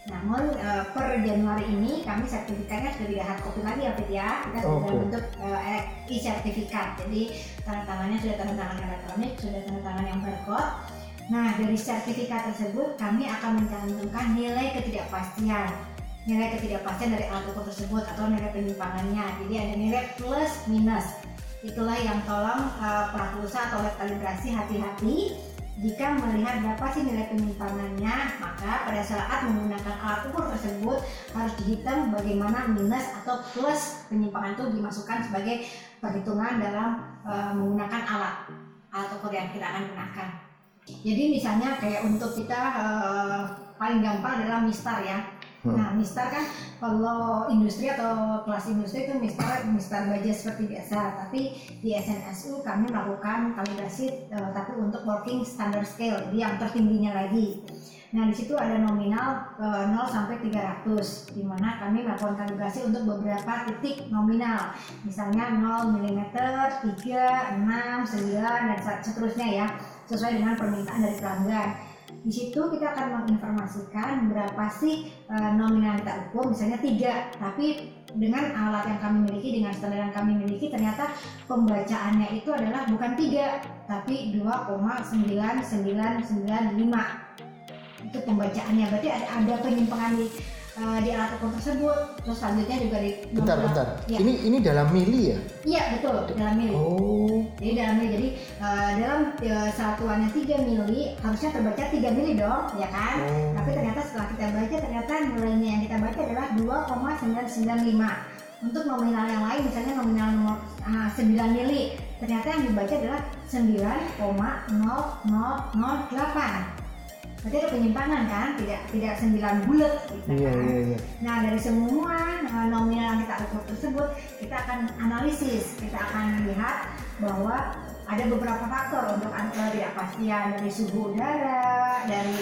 B: Namun uh, per Januari ini kami sertifikatnya sudah tidak hard copy lagi ya Fit ya. Kita sudah
A: Okay.
B: bentuk uh, e-sertifikat. Jadi tanda tangannya sudah tanda tangan elektronik, sudah tanda tangan yang barcode. Nah, dari sertifikat tersebut kami akan mencantumkan nilai ketidakpastian. Nilai ketidakpastian dari alat ukur tersebut atau nilai penyimpangannya. Jadi ada nilai plus minus. Itulah yang tolong uh, pelaku usaha atau web kalibrasi hati-hati. Jika melihat berapa sih nilai penyimpangannya, maka pada saat menggunakan alat ukur tersebut harus dihitung bagaimana minus atau plus penyimpangan itu dimasukkan sebagai perhitungan dalam uh, menggunakan alat alat ukur yang kita akan gunakan. Jadi misalnya kayak untuk kita uh, paling gampang adalah mistar ya. Hmm. Nah, mistar kan kalau industri atau kelas industri itu mistar mistar baja seperti biasa, tapi di S N S U kami melakukan kalibrasi uh, tapi untuk working standard scale, jadi yang tertingginya lagi. Nah, di situ ada nominal uh, nol sampai tiga ratus, di mana kami melakukan kalibrasi untuk beberapa titik nominal. Misalnya nol milimeter, tiga, enam, sembilan dan seterusnya ya, sesuai dengan permintaan dari pelanggan. Di situ kita akan menginformasikan berapa sih uh, nominal yang kita ukur, misalnya tiga, tapi dengan alat yang kami miliki, dengan standar yang kami miliki, ternyata pembacaannya itu adalah bukan tiga, tapi dua koma sembilan sembilan sembilan lima. Itu pembacaannya, berarti ada, ada penyimpangan di, uh, di alat ukur tersebut. Terus selanjutnya juga di
A: bentar,
B: nominal.
A: bentar.
B: Ya.
A: Ini ini dalam mili ya?
B: Iya, betul, dalam mili.
A: Oh.
B: Jadi dalam mili, jadi uh, dalam uh, satuannya tiga mili harusnya terbaca tiga mili dong, ya kan? Oh. Tapi ternyata setelah kita baca, ternyata nilainya yang kita baca adalah dua koma sembilan sembilan lima. Untuk nominal yang lain, misalnya nominal nomor uh, sembilan mili, ternyata yang dibaca adalah sembilan koma nol nol nol delapan. Berarti ada penyimpangan kan, tidak tidak sembilan bulat gitu
A: iya,
B: kan.
A: Iya, iya.
B: Nah, dari semua uh, nominal yang kita ukur tersebut, kita akan analisis, kita akan lihat bahwa ada beberapa faktor untuk ketidakpastian, dari suhu udara, dari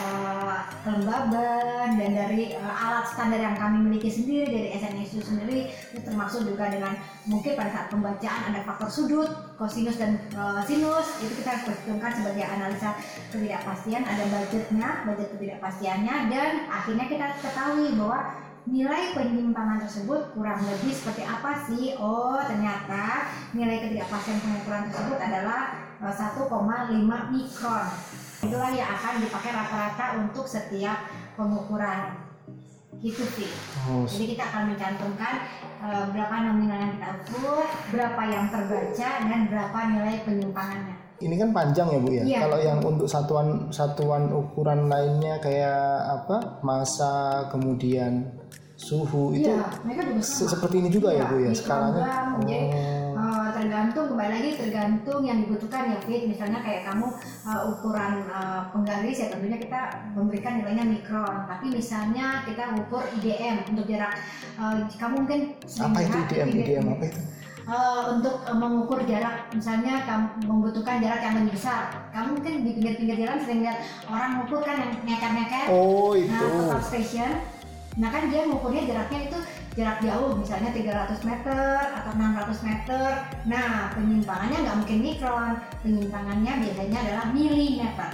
B: uh, kelembaban, dan dari uh, alat standar yang kami miliki sendiri, dari S N S U sendiri, itu termasuk juga dengan mungkin pada saat pembacaan ada faktor sudut, kosinus dan uh, sinus, itu kita harus perhitungkan sebagai analisa ketidakpastian, ada budgetnya, budget ketidakpastiannya, dan akhirnya kita ketahui bahwa nilai penyimpangan tersebut kurang lebih seperti apa sih? Oh, ternyata nilai ketidakpastian pengukuran tersebut adalah satu koma lima mikron. Itulah yang akan dipakai rata-rata untuk setiap pengukuran. Gitu sih. Oh. Jadi kita akan mencantumkan uh, berapa nominal yang kita ukur, berapa yang terbaca, dan berapa nilai penyimpangannya.
A: Ini kan panjang ya Bu ya.
B: Iya.
A: Kalau yang untuk satuan satuan ukuran lainnya kayak apa? Massa, kemudian suhu itu
B: ya, mereka juga sama.
A: Seperti ini juga ya, ya Bu ya skalanya.
B: Oh. Jadi uh, tergantung, kembali lagi tergantung yang dibutuhkan ya Fit. Misalnya kayak kamu uh, ukuran uh, penggaris ya tentunya kita memberikan nilainya mikron. Tapi misalnya kita ukur I D M untuk jarak uh, kamu mungkin
A: apa itu I D M? I D M apa itu?
B: Uh, untuk uh, mengukur jarak, misalnya kamu membutuhkan jarak yang lebih besar, kamu mungkin di pinggir-pinggir jalan sering lihat orang mengukur kan yang nyeker-nyeker.
A: Oh itu.
B: Nah, total station. Nah kan dia mengukurnya jaraknya itu jarak jauh, misalnya tiga ratus meter atau enam ratus meter. Nah penyimpangannya nggak mungkin mikron, penyimpangannya biasanya adalah milimeter.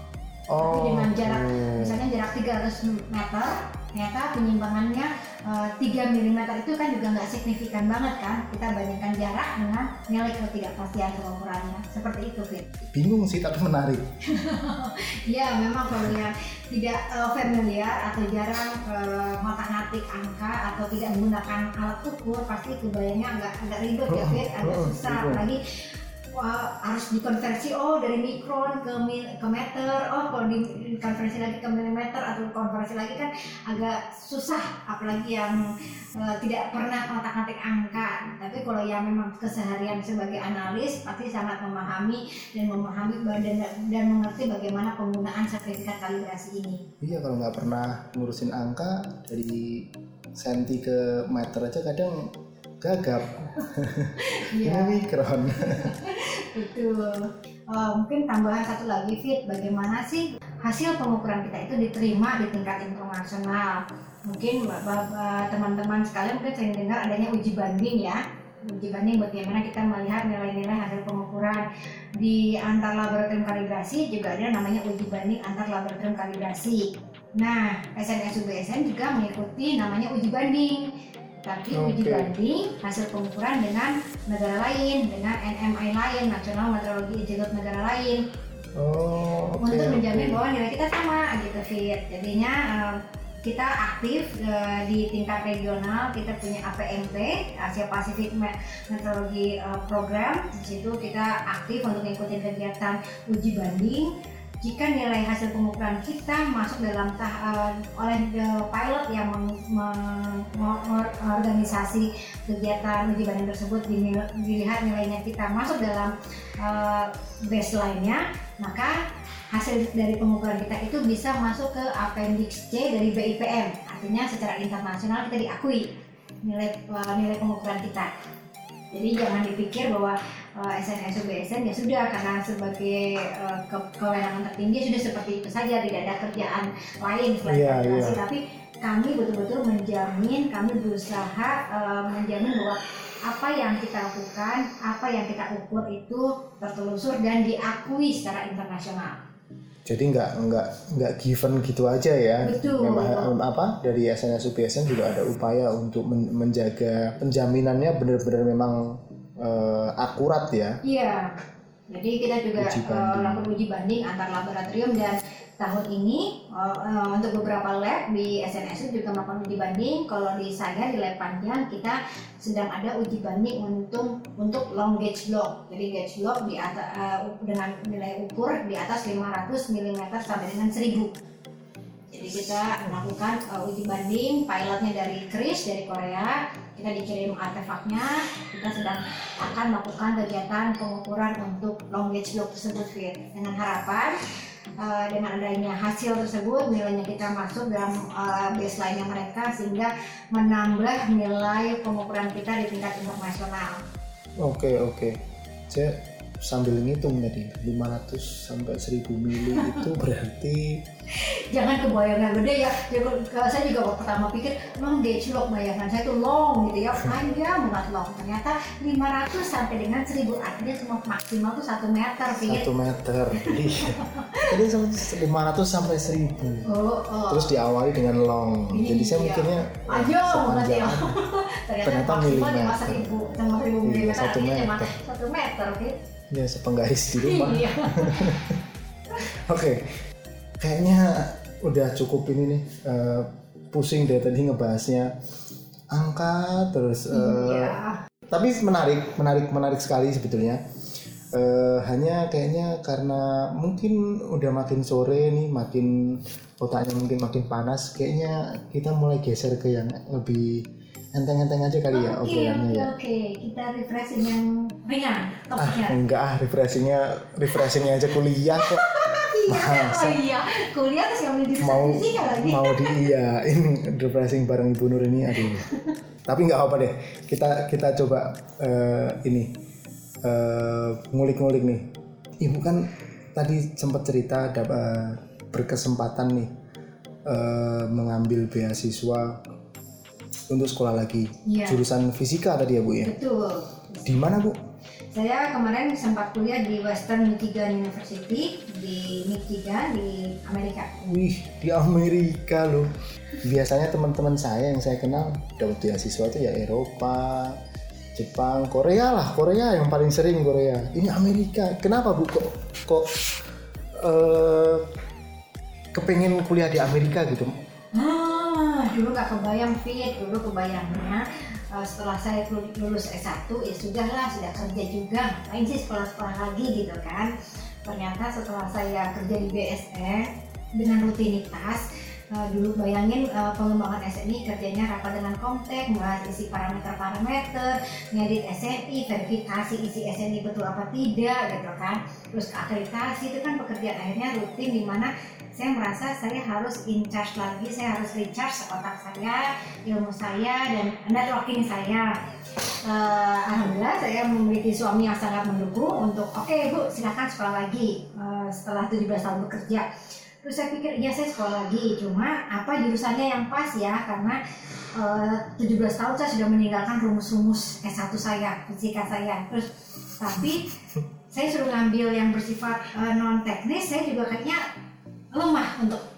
A: Oh.
B: Tapi dengan jarak, misalnya jarak tiga ratus meter, ternyata penyimpangannya uh, tiga milimeter itu kan juga nggak signifikan banget kan. Kita bandingkan jarak dengan nilai ketidakpastian pengukurannya. Seperti itu Fit.
A: Bingung sih tapi menarik.
B: Ya memang kalau yang tidak uh, familiar atau jarang uh, ngotak-ngatik angka atau tidak menggunakan alat ukur, pasti kebayangnya agak agak ribet ya Fit, agak susah. Apalagi wah, harus dikonversi oh dari mikron ke mil, ke meter, oh kalau dikonversi lagi ke milimeter atau konversi lagi kan agak susah, apalagi yang uh, tidak pernah ngotak-ngatik angka. Tapi kalau yang memang keseharian sebagai analis pasti sangat memahami dan memahami dan, dan mengerti bagaimana penggunaan sertifikat kalibrasi ini.
A: Iya, kalau nggak pernah ngurusin angka dari senti ke meter aja kadang gagap. Ini mikron.
B: Betul. Uh, mungkin tambahan satu lagi Fit, bagaimana sih hasil pengukuran kita itu diterima di tingkat internasional? Mungkin bapak, teman-teman sekalian mungkin sering dengar adanya uji banding ya. Uji banding bagaimana kita melihat nilai-nilai hasil pengukuran di antar laboratorium kalibrasi, juga ada namanya uji banding antar laboratorium kalibrasi. Nah, S N S U B S N juga mengikuti namanya uji banding. Tapi okay. uji banding hasil pengukuran dengan negara lain, dengan N M I lain, National Meteorology Institute negara lain.
A: Oh, okay,
B: untuk menjamin
A: okay.
B: bahwa nilai kita sama gitu, Fit. Jadinya um, kita aktif uh, di tingkat regional, kita punya A P M P, Asia Pacific Meteorology uh, Program. Di situ kita aktif untuk mengikuti kegiatan uji banding. Jika nilai hasil pengukuran kita masuk dalam tahap uh, oleh the pilot yang mengorganisasi kegiatan uji banding tersebut, dilihat nilainya kita masuk dalam uh, baseline-nya, maka hasil dari pengukuran kita itu bisa masuk ke Appendix C dari B I P M. Artinya secara internasional kita diakui nilai uh, nilai pengukuran kita. Jadi jangan dipikir bahwa uh, S N S U B S N ya sudah karena sebagai uh, ke kewenangan tertinggi sudah seperti itu saja, tidak ada kerjaan lain selain
A: yeah,
B: kalkulasi.
A: yeah.
B: Tapi kami betul-betul menjamin, kami berusaha uh, menjamin bahwa apa yang kita lakukan, apa yang kita ukur itu tertelusur dan diakui secara internasional.
A: Jadi nggak nggak nggak given gitu aja ya.
B: Betul.
A: Memang apa dari S N S U B S N juga ada upaya untuk men- menjaga penjaminannya benar-benar memang uh, akurat ya.
B: Iya. Jadi kita juga uh, lakukan uji banding antar laboratorium, dan tahun ini uh, uh, untuk beberapa lab di S N S U juga melakukan uji banding. Kalau di saya di lab Panjang kita sedang ada uji banding untuk untuk long gauge block. Jadi gauge block di atas uh, dengan nilai ukur di atas lima ratus milimeter sampai dengan seribu. Jadi kita melakukan uh, uji banding, pilotnya dari Kris dari Korea, kita dikirim artefaknya, kita sedang akan melakukan kegiatan pengukuran untuk long gauge block tersebut, Fit. Dengan harapan uh, dengan adanya hasil tersebut nilainya kita masuk dalam uh, baseline-nya mereka, sehingga menambah nilai pengukuran kita di tingkat internasional.
A: Oke oke. Saya sambil ngitung tadi lima ratus sampai seribu mili itu berarti
B: jangan kebayang gede ya. Saya juga waktu pertama pikir long gauge block, bayangan saya tuh long gitu ya, panjang banget long. Ternyata lima ratus sampai dengan seribu, artinya cuma maksimal tuh satu meter, Fit.
A: satu meter. Jadi lima ratus sampai seribu. Oh, oh. Terus diawali dengan long. Iya. Jadi saya mikirnya
B: panjang banget ya. Ternyata,
A: ternyata
B: milimeter. Cuma seribu, cuma seribu milimeter,
A: satu meter.
B: Cuma satu meter, Fit.
A: Ya sepenggaris di rumah.
B: Iya.
A: Oke. Okay. Kayaknya udah cukup ini nih, uh, pusing dari tadi ngebahasnya angka terus. Uh,
B: iya.
A: Tapi menarik, menarik, menarik sekali sebetulnya. Uh, hanya kayaknya karena mungkin udah makin sore nih, makin otaknya mungkin makin panas. Kayaknya kita mulai geser ke yang lebih enteng-enteng aja kali ya obrolannya ya.
B: Oke, oke, kita refreshing yang ringan topiknya.
A: Ah, enggak ah, refreshingnya, refreshingnya aja kuliah kok.
B: Masa? Oh iya, kuliah terus yang di
A: mau
B: lagi.
A: mau di iya ini refreshing bareng Ibu Nur ini, aduh. Tapi nggak apa deh, kita kita coba uh, ini uh, ngulik-ngulik nih. Ibu kan tadi sempat cerita ada uh, berkesempatan nih uh, mengambil beasiswa untuk sekolah lagi, ya. Jurusan fisika tadi ya Bu ya.
B: Betul.
A: Di mana Bu?
B: Saya kemarin sempat kuliah di Western Michigan University di Michigan di Amerika.
A: Wih, di Amerika loh. Biasanya teman-teman saya yang saya kenal dapat beasiswa itu ya Eropa, Jepang, Korea lah. Korea yang paling sering Korea. Ini Amerika. Kenapa Bu kok kok uh, kepengen kuliah di Amerika gitu?
B: Ah, dulu nggak kebayang, Fit. Dulu kebayangnya uh, setelah saya lulus S satu ya sudahlah, sudah kerja juga, ngapain sih sekolah-sekolah lagi gitu kan. Ternyata setelah saya kerja di B S N dengan rutinitas, uh, dulu bayangin uh, pengembangan S N I kerjanya rapat dengan Komtek, membahas isi parameter-parameter, ngedit S N I, verifikasi isi S N I betul apa tidak gitu kan. Terus akreditasi itu kan pekerjaan akhirnya rutin, di mana saya merasa saya harus in charge lagi, saya harus recharge otak saya, ilmu saya, dan networking saya. Uh, Alhamdulillah saya memiliki suami yang sangat mendukung untuk oke okay, Bu silakan sekolah lagi uh, setelah tujuh belas tahun bekerja. Terus saya pikir ya saya sekolah lagi, cuma apa jurusannya yang pas ya, karena uh, tujuh belas tahun saya sudah meninggalkan rumus-rumus S satu saya, fisika saya. Terus tapi saya suruh ngambil yang bersifat uh, non teknis, saya juga kayaknya lemah untuk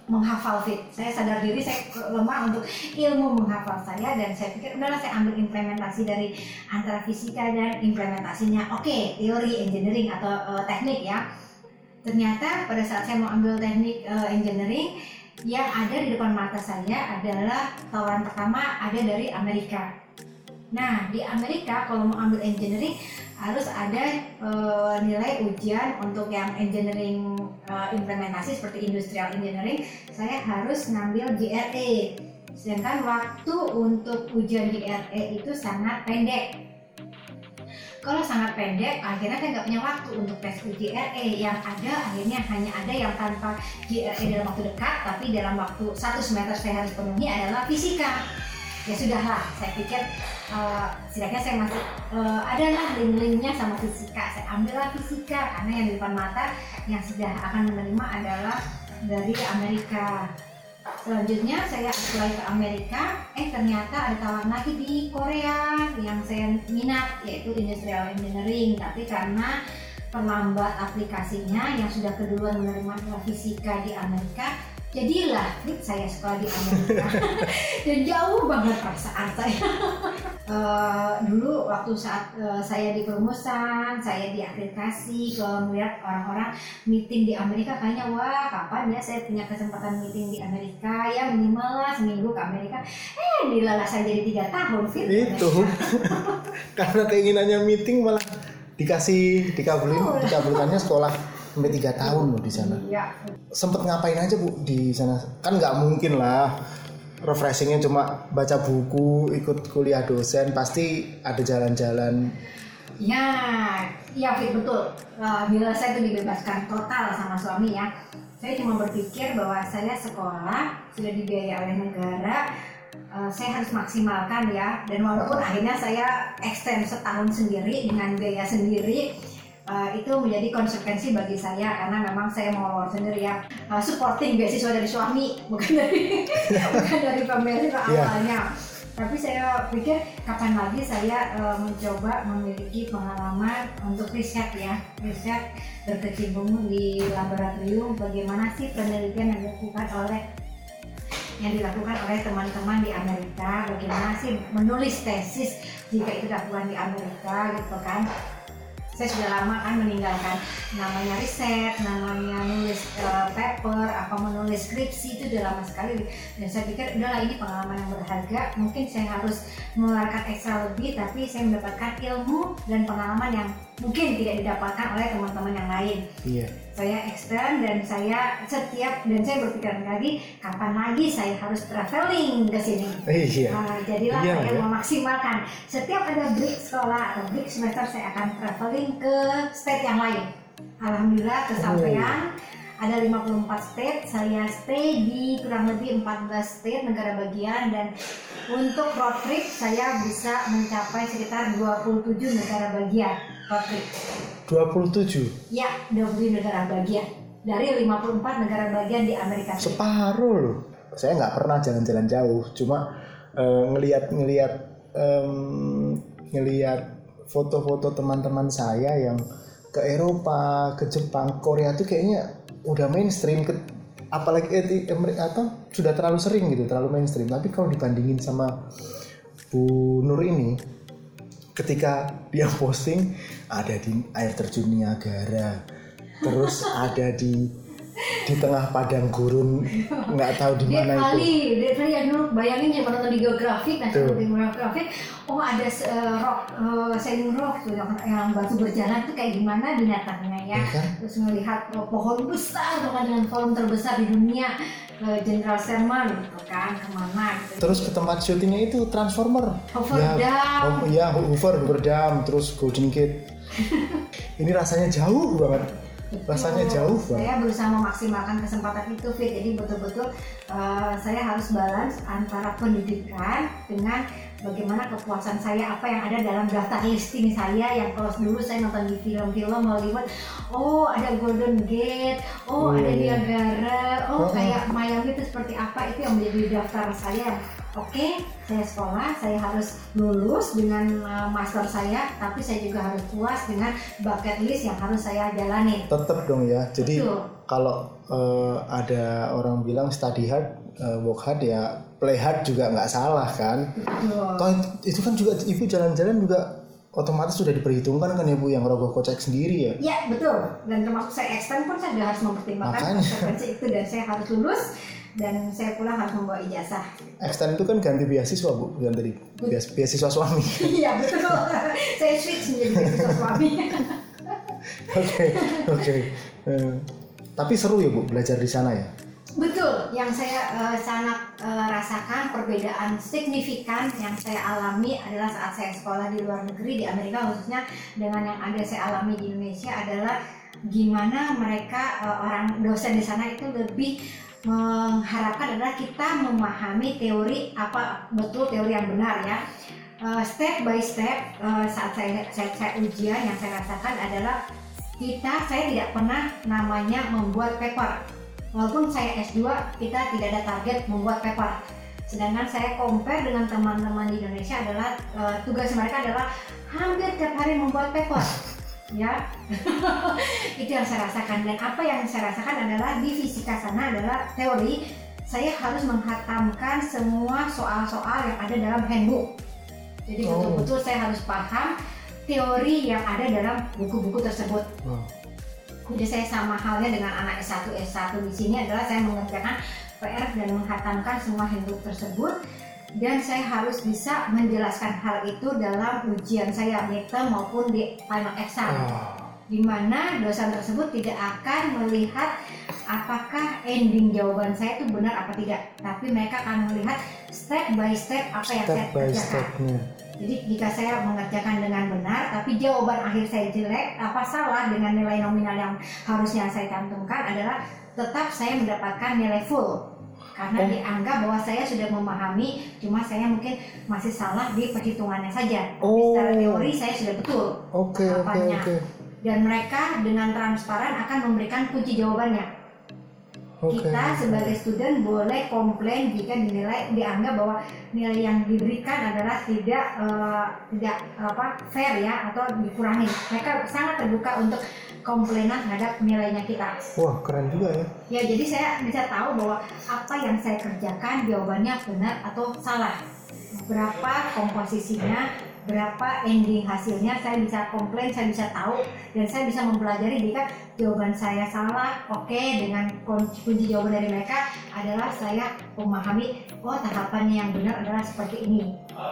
B: menghafal Fit. Saya sadar diri saya lemah untuk ilmu menghafal saya, dan saya pikir udahlah saya ambil implementasi dari antara fisika dan implementasinya. Oke, okay, teori engineering atau uh, teknik ya. Ternyata pada saat saya mau ambil teknik uh, engineering, yang ada di depan mata saya adalah tawaran pertama ada dari Amerika. Nah, di Amerika kalau mau ambil engineering harus ada uh, nilai ujian untuk yang engineering uh, implementasi seperti industrial engineering, saya harus ngambil G R E. Sedangkan waktu untuk ujian G R E itu sangat pendek. Kalau sangat pendek, akhirnya saya nggak punya waktu untuk tes G R E. Yang ada akhirnya hanya ada yang tanpa G R E dalam waktu dekat, tapi dalam waktu satu semester saya harus penuhi adalah fisika. Ya sudahlah, saya pikir uh, setidaknya saya masih uh, adalah link-linknya sama fisika. Saya ambillah fisika karena yang di depan mata yang sudah akan menerima adalah dari Amerika. Selanjutnya saya apply ke Amerika, eh ternyata ada tawaran lagi di Korea yang saya minat, yaitu industrial engineering. Tapi karena terlambat aplikasinya yang sudah keduluan menerima fisika di Amerika, jadilah Fit saya sekolah di Amerika. Dan jauh banget perasaan saya. uh, dulu waktu saat uh, saya di perumusan, saya di akreditasi, kalau melihat orang-orang meeting di Amerika, kayaknya wah kapan ya saya punya kesempatan meeting di Amerika, ya minimal lah seminggu ke Amerika. Eh dilalasan jadi tiga tahun Fit.
A: Itu karena keinginannya meeting malah dikasih dikabulin, oh. dikabulkannya sekolah sampai tiga tahun loh di sana. Iya. Sempet ngapain aja Bu di sana? Kan nggak mungkin lah refreshingnya cuma baca buku, ikut kuliah dosen, pasti ada jalan-jalan.
B: Ya, iya Fit, betul. Uh, bila saya itu dibebaskan total sama suami ya, saya cuma berpikir bahwa saya sekolah sudah dibiayai oleh negara, uh, saya harus maksimalkan ya. Dan walaupun oh. akhirnya saya extend setahun sendiri dengan biaya sendiri, Uh, itu menjadi konsekuensi bagi saya karena memang saya mau lulus sendiri ya, uh, supporting beasiswa dari suami, bukan dari bukan dari pemerintah awalnya. Yeah. Tapi saya pikir kapan lagi saya uh, mencoba memiliki pengalaman untuk riset ya, riset berkecimpung di laboratorium, bagaimana sih penelitian yang dilakukan oleh yang dilakukan oleh teman-teman di Amerika, bagaimana sih menulis tesis jika itu dilakukan di Amerika gitu kan. Saya sudah lama kan meninggalkan namanya riset, namanya nulis uh, paper, apa menulis skripsi, itu sudah lama sekali. Dan saya pikir udahlah ini pengalaman yang berharga, mungkin saya harus mengeluarkan ekstra lebih, tapi saya mendapatkan ilmu dan pengalaman yang mungkin tidak didapatkan oleh teman-teman yang lain. Iya. Saya extend dan saya setiap dan saya berpikir lagi kapan lagi saya harus traveling ke sini. Eh, iya. Uh, jadilah iya, saya iya. memaksimalkan setiap ada break sekolah atau break semester saya akan traveling ke state yang lain. Alhamdulillah kesampaian. Oh. Ada lima puluh empat state, saya stay di kurang lebih empat belas state negara bagian, dan untuk road trip saya bisa mencapai sekitar dua puluh tujuh negara bagian road trip.
A: dua puluh tujuh?
B: Ya, dua puluh tujuh negara bagian dari lima puluh empat negara bagian di Amerika.
A: Separuh loh. Saya nggak pernah jalan-jalan jauh, cuma uh, ngelihat ngelihat um, ngelihat foto-foto teman-teman saya yang ke Eropa, ke Jepang, Korea tuh kayaknya udah mainstream, ke, apalagi eh, apa sudah terlalu sering gitu, terlalu mainstream. Tapi kalau dibandingin sama Bu Nur ini, ketika dia posting ada di air terjun Niagara, terus ada di di tengah padang gurun, nggak tahu di mana itu.
B: Kali, dia kali ya dulu bayangin ya menonton di geografik, nah di geografik, oh ada uh, rock, uh, sailing rock tuh yang, yang batu berjalan tuh kayak gimana binatangnya ya, ya kan? Terus melihat oh, pohon besar dengan volume terbesar di dunia, ke General Sherman gitu kan, kemana gitu.
A: Terus ke tempat syutingnya itu Transformer.
B: Hoover ya, Dam.
A: Oh, ya Hoover, Hoover Dam, terus Golden Gate. Ini rasanya jauh banget. Rasanya jauh banget.
B: Saya berusaha memaksimalkan kesempatan itu Fit. Jadi betul-betul uh, saya harus balance antara pendidikan dengan bagaimana kepuasan saya, apa yang ada dalam daftar listing saya yang kalau dulu saya nonton di film-film Hollywood, oh ada Golden Gate, oh, oh ada Niagara, oh, oh kayak Miami itu seperti apa, itu yang menjadi daftar saya Oke, saya sekolah, saya harus lulus dengan uh, master saya, tapi saya juga harus puas dengan bucket list yang harus saya jalani.
A: Tetap dong ya. Jadi
B: Betul.
A: kalau uh, ada orang bilang study hard, uh, work hard, ya play hard juga nggak salah kan.
B: Betul.
A: Toh itu kan juga ibu jalan-jalan juga otomatis sudah diperhitungkan kan ya Bu, yang rogoh kocek sendiri ya.
B: Ya betul. Dan termasuk saya extend pun saya juga harus mempertimbangkan konsekuensi itu, dan saya harus lulus. Dan saya pulang harus membawa ijazah.
A: Extend itu kan ganti beasiswa Bu, ganti Beas- beasiswa suami.
B: Iya betul. Saya switch menjadi beasiswa suami.
A: Oke oke. Eh, Tapi seru ya Bu belajar di sana ya.
B: Betul. Yang saya uh, sangat uh, rasakan perbedaan signifikan yang saya alami adalah saat saya sekolah di luar negeri, di Amerika khususnya, dengan yang ada saya alami di Indonesia adalah gimana mereka uh, orang dosen di sana itu lebih mengharapkan adalah kita memahami teori apa betul teori yang benar ya. Uh, step by step uh, saat saya, saya, saya ujian yang saya rasakan adalah kita saya tidak pernah namanya membuat paper. Walaupun saya S dua kita tidak ada target membuat paper. Sedangkan saya compare dengan teman-teman di Indonesia adalah uh, tugas mereka adalah hampir tiap hari membuat paper. Ya, itu yang saya rasakan. Dan apa yang saya rasakan adalah di fisika sana adalah teori. Saya harus menghatamkan semua soal-soal yang ada dalam handbook. Jadi
A: Oh.
B: betul-betul saya harus paham teori yang ada dalam buku-buku tersebut.
A: Oh.
B: Jadi saya sama halnya dengan anak S satu S satu di sini adalah saya mengerjakan P R dan menghatamkan semua handbook tersebut. Dan saya harus bisa menjelaskan hal itu dalam ujian saya midterm maupun di final exam,
A: Oh.
B: di mana dosen tersebut tidak akan melihat apakah ending jawaban saya itu benar apa tidak, tapi mereka akan melihat step by step apa yang
A: Step
B: saya
A: by
B: kerjakan.
A: stepnya.
B: Jadi jika saya mengerjakan dengan benar, tapi jawaban akhir saya jelek, apa salah dengan nilai nominal yang harusnya saya cantumkan adalah tetap saya mendapatkan nilai full. Karena
A: Oh.
B: dianggap bahwa saya sudah memahami, cuma saya mungkin masih salah di perhitungannya saja. Tapi
A: Oh.
B: secara teori saya sudah betul.
A: Oke oke
B: Apanya.
A: oke.
B: Dan mereka dengan transparan akan memberikan kunci jawabannya.
A: Oke.
B: Kita sebagai student boleh komplain jika dinilai dianggap bahwa nilai yang diberikan adalah tidak uh, tidak apa fair ya, atau dikurangi. Mereka sangat terbuka untuk komplainan terhadap nilainya kita.
A: Wah keren juga ya.
B: Ya, jadi saya bisa tahu bahwa apa yang saya kerjakan jawabannya benar atau salah. Berapa komposisinya, berapa ending hasilnya, saya bisa komplain, saya bisa tahu, dan saya bisa mempelajari jika jawaban saya salah. Oke, dengan kunci jawaban dari mereka adalah saya memahami, oh tahapannya yang benar adalah seperti ini.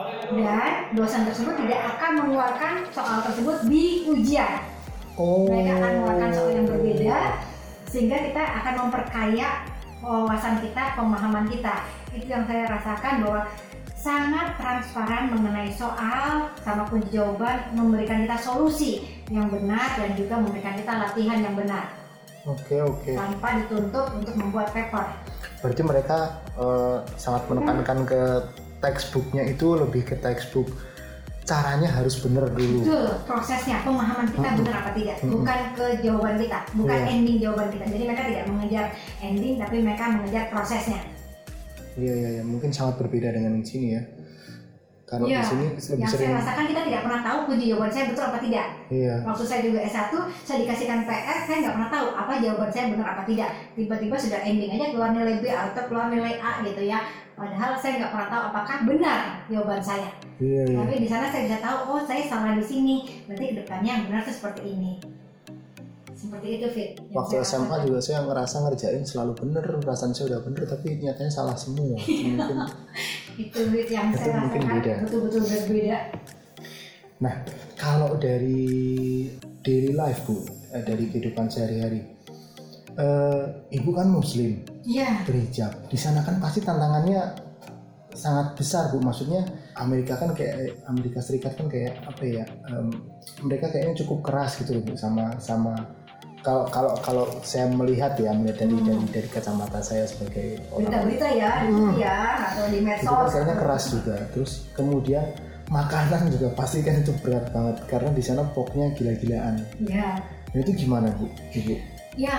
B: Dan dosen tersebut tidak akan mengeluarkan soal tersebut di ujian.
A: Oh.
B: Mereka akan mengeluarkan soal yang berbeda, sehingga kita akan memperkaya wawasan kita, pemahaman kita. Itu yang saya rasakan, bahwa sangat transparan mengenai soal sama kunci jawaban, memberikan kita solusi yang benar dan juga memberikan kita latihan yang benar.
A: Oke oke.
B: Tanpa dituntut untuk membuat paper.
A: Berarti mereka uh, sangat menekankan ke textbooknya itu, lebih ke textbook. Caranya harus benar dulu.
B: Betul, prosesnya, pemahaman kita
A: Mm-mm.
B: benar apa tidak,
A: Mm-mm.
B: bukan ke jawaban kita, bukan
A: Iya.
B: ending jawaban kita. Jadi mereka tidak mengejar ending, tapi mereka mengejar prosesnya.
A: Iya iya ya. Mungkin sangat berbeda dengan di sini ya. Kalau
B: Iya,
A: di sini lebih
B: yang
A: sering.
B: saya rasakan kita tidak pernah tahu kunci jawaban saya betul apa tidak.
A: Iya.
B: Waktu saya juga S satu, saya dikasihkan P R, saya nggak pernah tahu apa jawaban saya benar apa tidak. Tiba-tiba sudah ending aja keluar nilai B atau keluar nilai A gitu ya. Padahal saya nggak pernah tahu apakah benar jawaban saya.
A: Iya iya.
B: Tapi di sana saya bisa tahu, oh saya salah di sini. Berarti kedepannya yang benar itu seperti ini. Seperti itu, Fit. yang
A: Waktu
B: saya
A: S M A
B: rasakan.
A: juga saya ngerasa ngerjain selalu bener, perasaan saya udah bener, tapi nyatanya salah semua. Mungkin.
B: Itu Fit yang
A: Itu
B: saya
A: mungkin
B: rasakan
A: beda.
B: betul-betul berbeda.
A: Nah, kalau dari daily life Bu, eh, dari kehidupan sehari-hari, eh, Ibu kan Muslim,
B: Iya.
A: berhijab. Di sana kan pasti tantangannya sangat besar Bu. Maksudnya Amerika kan kayak Amerika Serikat kan kayak apa ya? em, mereka kayaknya cukup keras gitu loh Bu, sama sama kalau kalau kalau saya melihat ya, melihat dari
B: Hmm.
A: dari dari kacamata saya sebagai orang
B: Berita-berita ya,
A: Hmm.
B: ya atau di
A: itu kan
B: medsos.
A: kayaknya keras juga. Terus kemudian makanan juga pasti kan itu berat banget karena di sana poknya gila-gilaan.
B: Iya.
A: Nah, itu gimana Bu? Ibu?
B: Ya,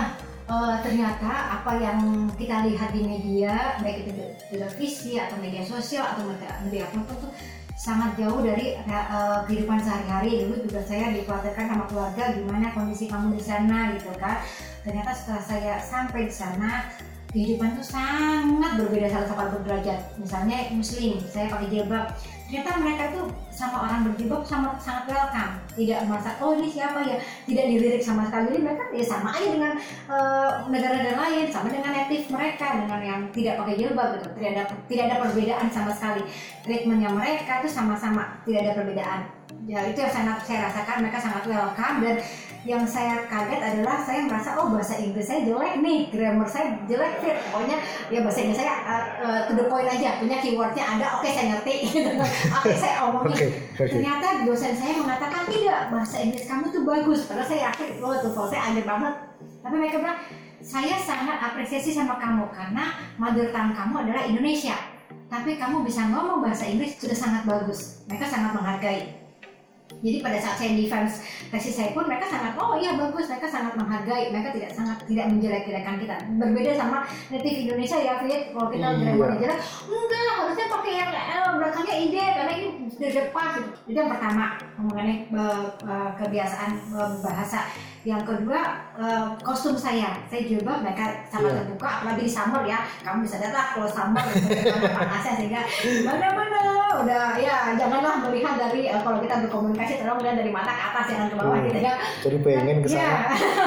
B: uh, ternyata apa yang kita lihat di media, baik itu televisi atau media sosial atau media, media apa itu sangat jauh dari uh, kehidupan sehari-hari. Dulu juga saya dikhawatirkan sama keluarga gimana kondisi kamu di sana gitu kan. Ternyata setelah saya sampai di sana, kehidupan itu sangat berbeda satu sama berderajat. Misalnya muslim, saya pakai jilbab. Ternyata mereka tuh sama orang berjilbab sama sangat welcome, tidak merasa oh ini siapa ya, tidak dilirik sama sekali. Jadi mereka ya sama aja dengan uh, negara-negara lain, sama dengan native mereka, dengan yang tidak pakai jilbab gitu. Tidak ada tidak ada perbedaan sama sekali. Treatmentnya mereka tuh sama-sama, tidak ada perbedaan. Ya itu yang sangat saya rasakan, mereka sangat welcome. Dan yang saya kaget adalah saya merasa oh bahasa Inggris saya jelek nih, grammar saya jelek sih, pokoknya ya bahasa Inggris saya uh, uh, to the point aja, punya keywordnya ada, oke okay, saya ngerti gitu. Oke okay, saya omongin. Okay, okay. Ternyata dosen saya mengatakan tidak, bahasa Inggris kamu tuh bagus, padahal saya yakin oh tuh saya aneh banget. Tapi mereka bilang saya sangat apresiasi sama kamu karena mother tongue kamu adalah Indonesia, tapi kamu bisa ngomong bahasa Inggris sudah sangat bagus. Mereka sangat menghargai. Jadi pada saat saya defense tesis saya pun mereka sangat oh iya bagus, mereka sangat menghargai, mereka tidak sangat tidak menjelek-jelekan kita. Berbeda sama native Indonesia ya, Fit. Kalau kita grammar jelek, enggak harusnya pakai yang eh, belakangnya ide karena ini sudah depan gitu. Itu yang pertama mengenai uh, uh, kebiasaan uh, bahasa. Yang kedua uh, kostum saya, saya jilbab mereka sangat yeah. terbuka, apalagi di summer ya, kamu bisa lihat lah kalau summer bagaimana panasnya sehingga mana-mana udah ya janganlah melihat dari uh, kalau kita berkomunikasi tolong melihat dari mata ke atas jangan ke bawah hmm. gitu ya.
A: Jadi pengen ke sana.
B: Ya.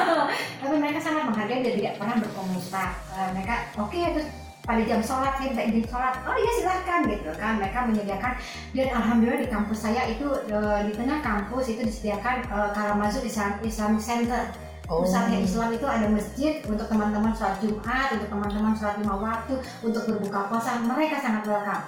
B: Tapi mereka sangat menghargai dan tidak pernah berkomentar. Uh, mereka oke okay, terus pada jam sholat saya minta izin sholat, oh iya silahkan gitu kan, mereka menyediakan. Dan alhamdulillah di kampus saya itu uh, di tengah kampus itu disediakan uh, Kalamazoo Islam, Islamic Center. Oh. Pusatnya Islam itu ada masjid untuk teman-teman sholat Jumat, untuk teman-teman sholat lima waktu, untuk berbuka puasa, mereka sangat welcome.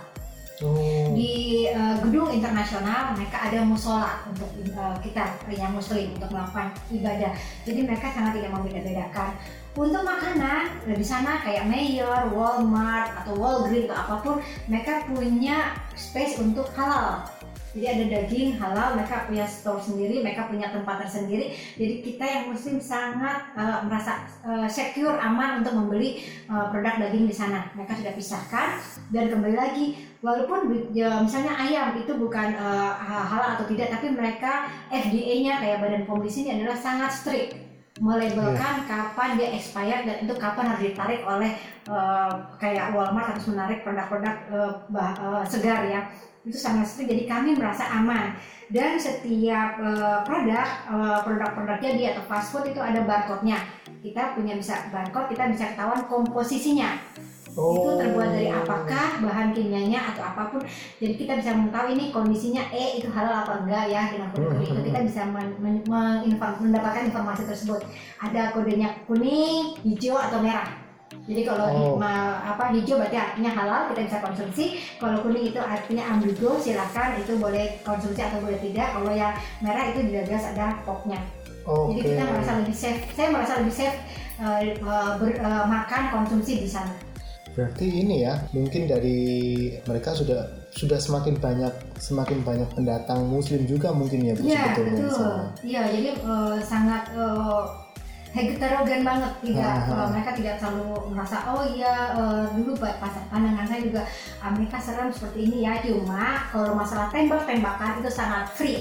B: Oh. Di uh, gedung internasional mereka ada musola untuk uh, kita yang muslim untuk melakukan ibadah. Jadi mereka sangat tidak membeda-bedakan. Untuk makanan di sana kayak Mayor, Walmart atau Walgreens atau apapun mereka punya space untuk halal. Jadi ada daging halal, mereka punya store sendiri, mereka punya tempat tersendiri. Jadi kita yang muslim sangat uh, merasa uh, secure, aman untuk membeli uh, produk daging di sana. Mereka sudah pisahkan dan kembali lagi walaupun ya, misalnya ayam itu bukan uh, halal atau tidak, tapi mereka F D A-nya kayak Badan P O M di sini adalah sangat strict. Melabelkan yeah. kapan dia expired dan itu kapan harus ditarik oleh uh, kayak Walmart harus menarik produk-produk uh, bah, uh, segar ya, itu sangat strict. Jadi kami merasa aman dan setiap uh, produk uh, produk-produknya dia atau fast food itu ada barcode-nya. Kita punya bisa barcode, kita bisa ketahuan komposisinya. Oh. Itu terbuat dari apakah bahan kimianya atau apapun. Jadi kita bisa mengetahui ini kondisinya E itu halal apa enggak ya dengan kode itu kita bisa men- men- men- mendapatkan informasi tersebut. Ada kodenya kuning, hijau atau merah. Jadi kalau oh. ma- apa hijau berarti artinya halal kita bisa konsumsi. Kalau kuning itu artinya ambigu silakan itu boleh konsumsi atau boleh tidak. Kalau yang merah itu di gagas ada poknya. Okay. Jadi kita merasa lebih safe. Saya merasa lebih safe uh, uh, ber- uh, makan konsumsi di sana.
A: Berarti ini ya, mungkin dari mereka sudah sudah semakin banyak semakin banyak pendatang muslim juga mungkin ya,
B: ya betul. Iya, jadi uh, sangat uh, heterogen banget, tidak uh, mereka tidak selalu merasa oh iya uh, dulu pas pandangan saya juga Amerika serem seperti ini ya, cuma kalau masalah tembak-tembakan itu sangat free.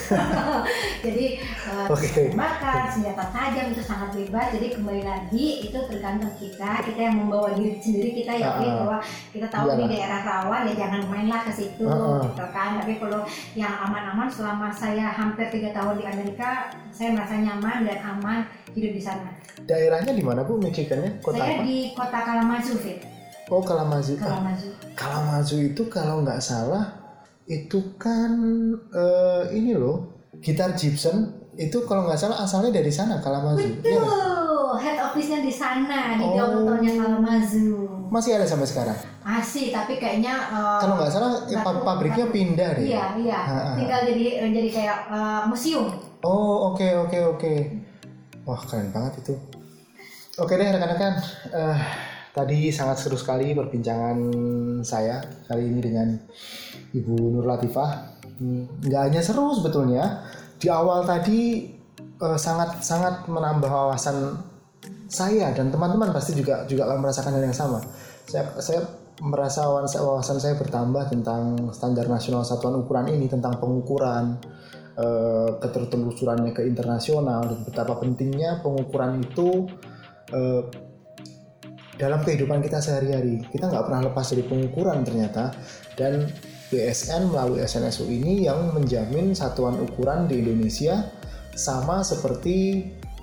B: Jadi uh, okay. tembakan, senjata tajam itu sangat bebas. Jadi kembali lagi itu tergantung kita, kita yang membawa diri sendiri, kita yakin uh, bahwa kita tahu iyalah. Ini daerah rawan ya jangan mainlah ke situ uh, gitu kan. Tapi kalau yang aman-aman selama saya hampir tiga tahun di Amerika, saya merasa nyaman dan aman hidup di sana.
A: Daerahnya di mana Bu, Michigannya? Kota
B: saya
A: apa?
B: Di kota Kalamazoo, Fit.
A: Oh, Kalamazoo.
B: Kalamazoo.
A: Ah, Kalamazoo itu kalau nggak salah itu kan uh, ini loh, gitar Gibson itu kalau nggak salah asalnya dari sana, Kalamazoo.
B: Betul. Ya, head office-nya di sana, di downtown-nya
A: oh.
B: Kalamazoo.
A: Masih ada sampai sekarang?
B: Masih, tapi kayaknya uh,
A: kalau nggak salah nggak pabriknya nggak pindah deh.
B: Iya, iya. Ha-ha. Tinggal jadi jadi kayak uh, museum.
A: Oh, oke okay, oke okay, oke. Okay. Wah, keren banget itu. Oke deh rekan-rekan, uh, tadi sangat seru sekali perbincangan saya kali ini dengan Ibu Nur Latifah. Hmm, nggak hanya seru sebetulnya, di awal tadi uh, sangat sangat menambah wawasan saya dan teman-teman pasti juga juga akan merasakan hal yang sama. Saya saya merasa wawasan saya bertambah tentang standar nasional satuan ukuran ini, tentang pengukuran, eh, ketertelusurannya ke internasional, dan betapa pentingnya pengukuran itu eh, dalam kehidupan kita sehari-hari. Kita nggak pernah lepas dari pengukuran ternyata, dan B S N melalui S N S U ini yang menjamin satuan ukuran di Indonesia sama seperti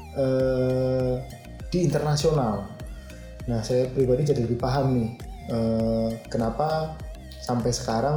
A: eh, di internasional. Nah, saya pribadi jadi lebih paham nih eh, kenapa sampai sekarang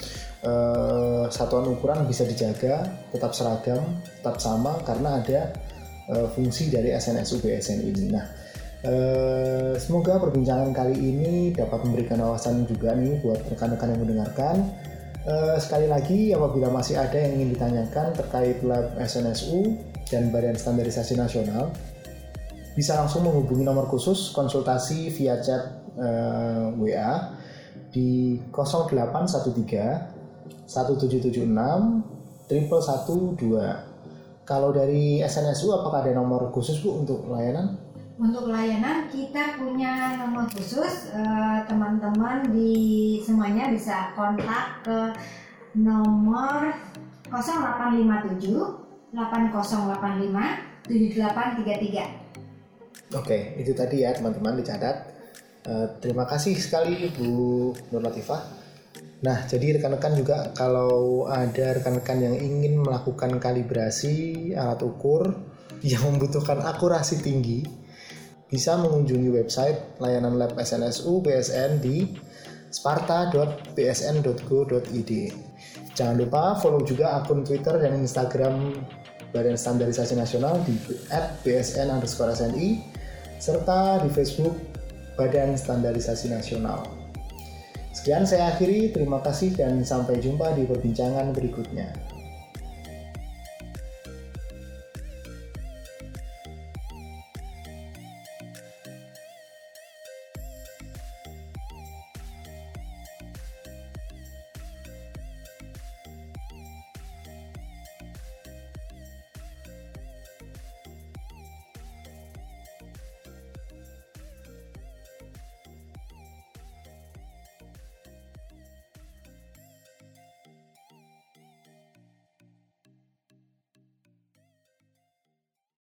A: eh, satuan ukuran bisa dijaga tetap seragam, tetap sama, karena ada eh, fungsi dari S N S U B S N ini. Nah, eh, semoga perbincangan kali ini dapat memberikan wawasan juga nih buat rekan-rekan yang mendengarkan. Eh, sekali lagi, apabila masih ada yang ingin ditanyakan terkait lab S N S U dan Badan Standarisasi Nasional, bisa langsung menghubungi nomor khusus konsultasi via chat uh, W A di nol delapan satu tiga satu tujuh tujuh enam satu satu dua. Kalau dari S N S U apakah ada nomor khusus Bu untuk layanan?
B: Untuk layanan kita punya nomor khusus, uh, teman-teman di semuanya bisa kontak ke nomor nol delapan lima tujuh delapan nol delapan lima tujuh delapan tiga tiga.
A: Oke, itu tadi ya teman-teman, dicatat. Uh, terima kasih sekali Bu Nur Latifah. Nah, jadi rekan-rekan juga kalau ada rekan-rekan yang ingin melakukan kalibrasi alat ukur yang membutuhkan akurasi tinggi, bisa mengunjungi website layanan lab S N S U B S N di sparta dot b s n dot go dot i d. Jangan lupa follow juga akun Twitter dan Instagram Badan Standarisasi Nasional di at b s n underscore s n i, serta di Facebook Badan Standarisasi Nasional. Sekian saya akhiri, terima kasih dan sampai jumpa di perbincangan berikutnya.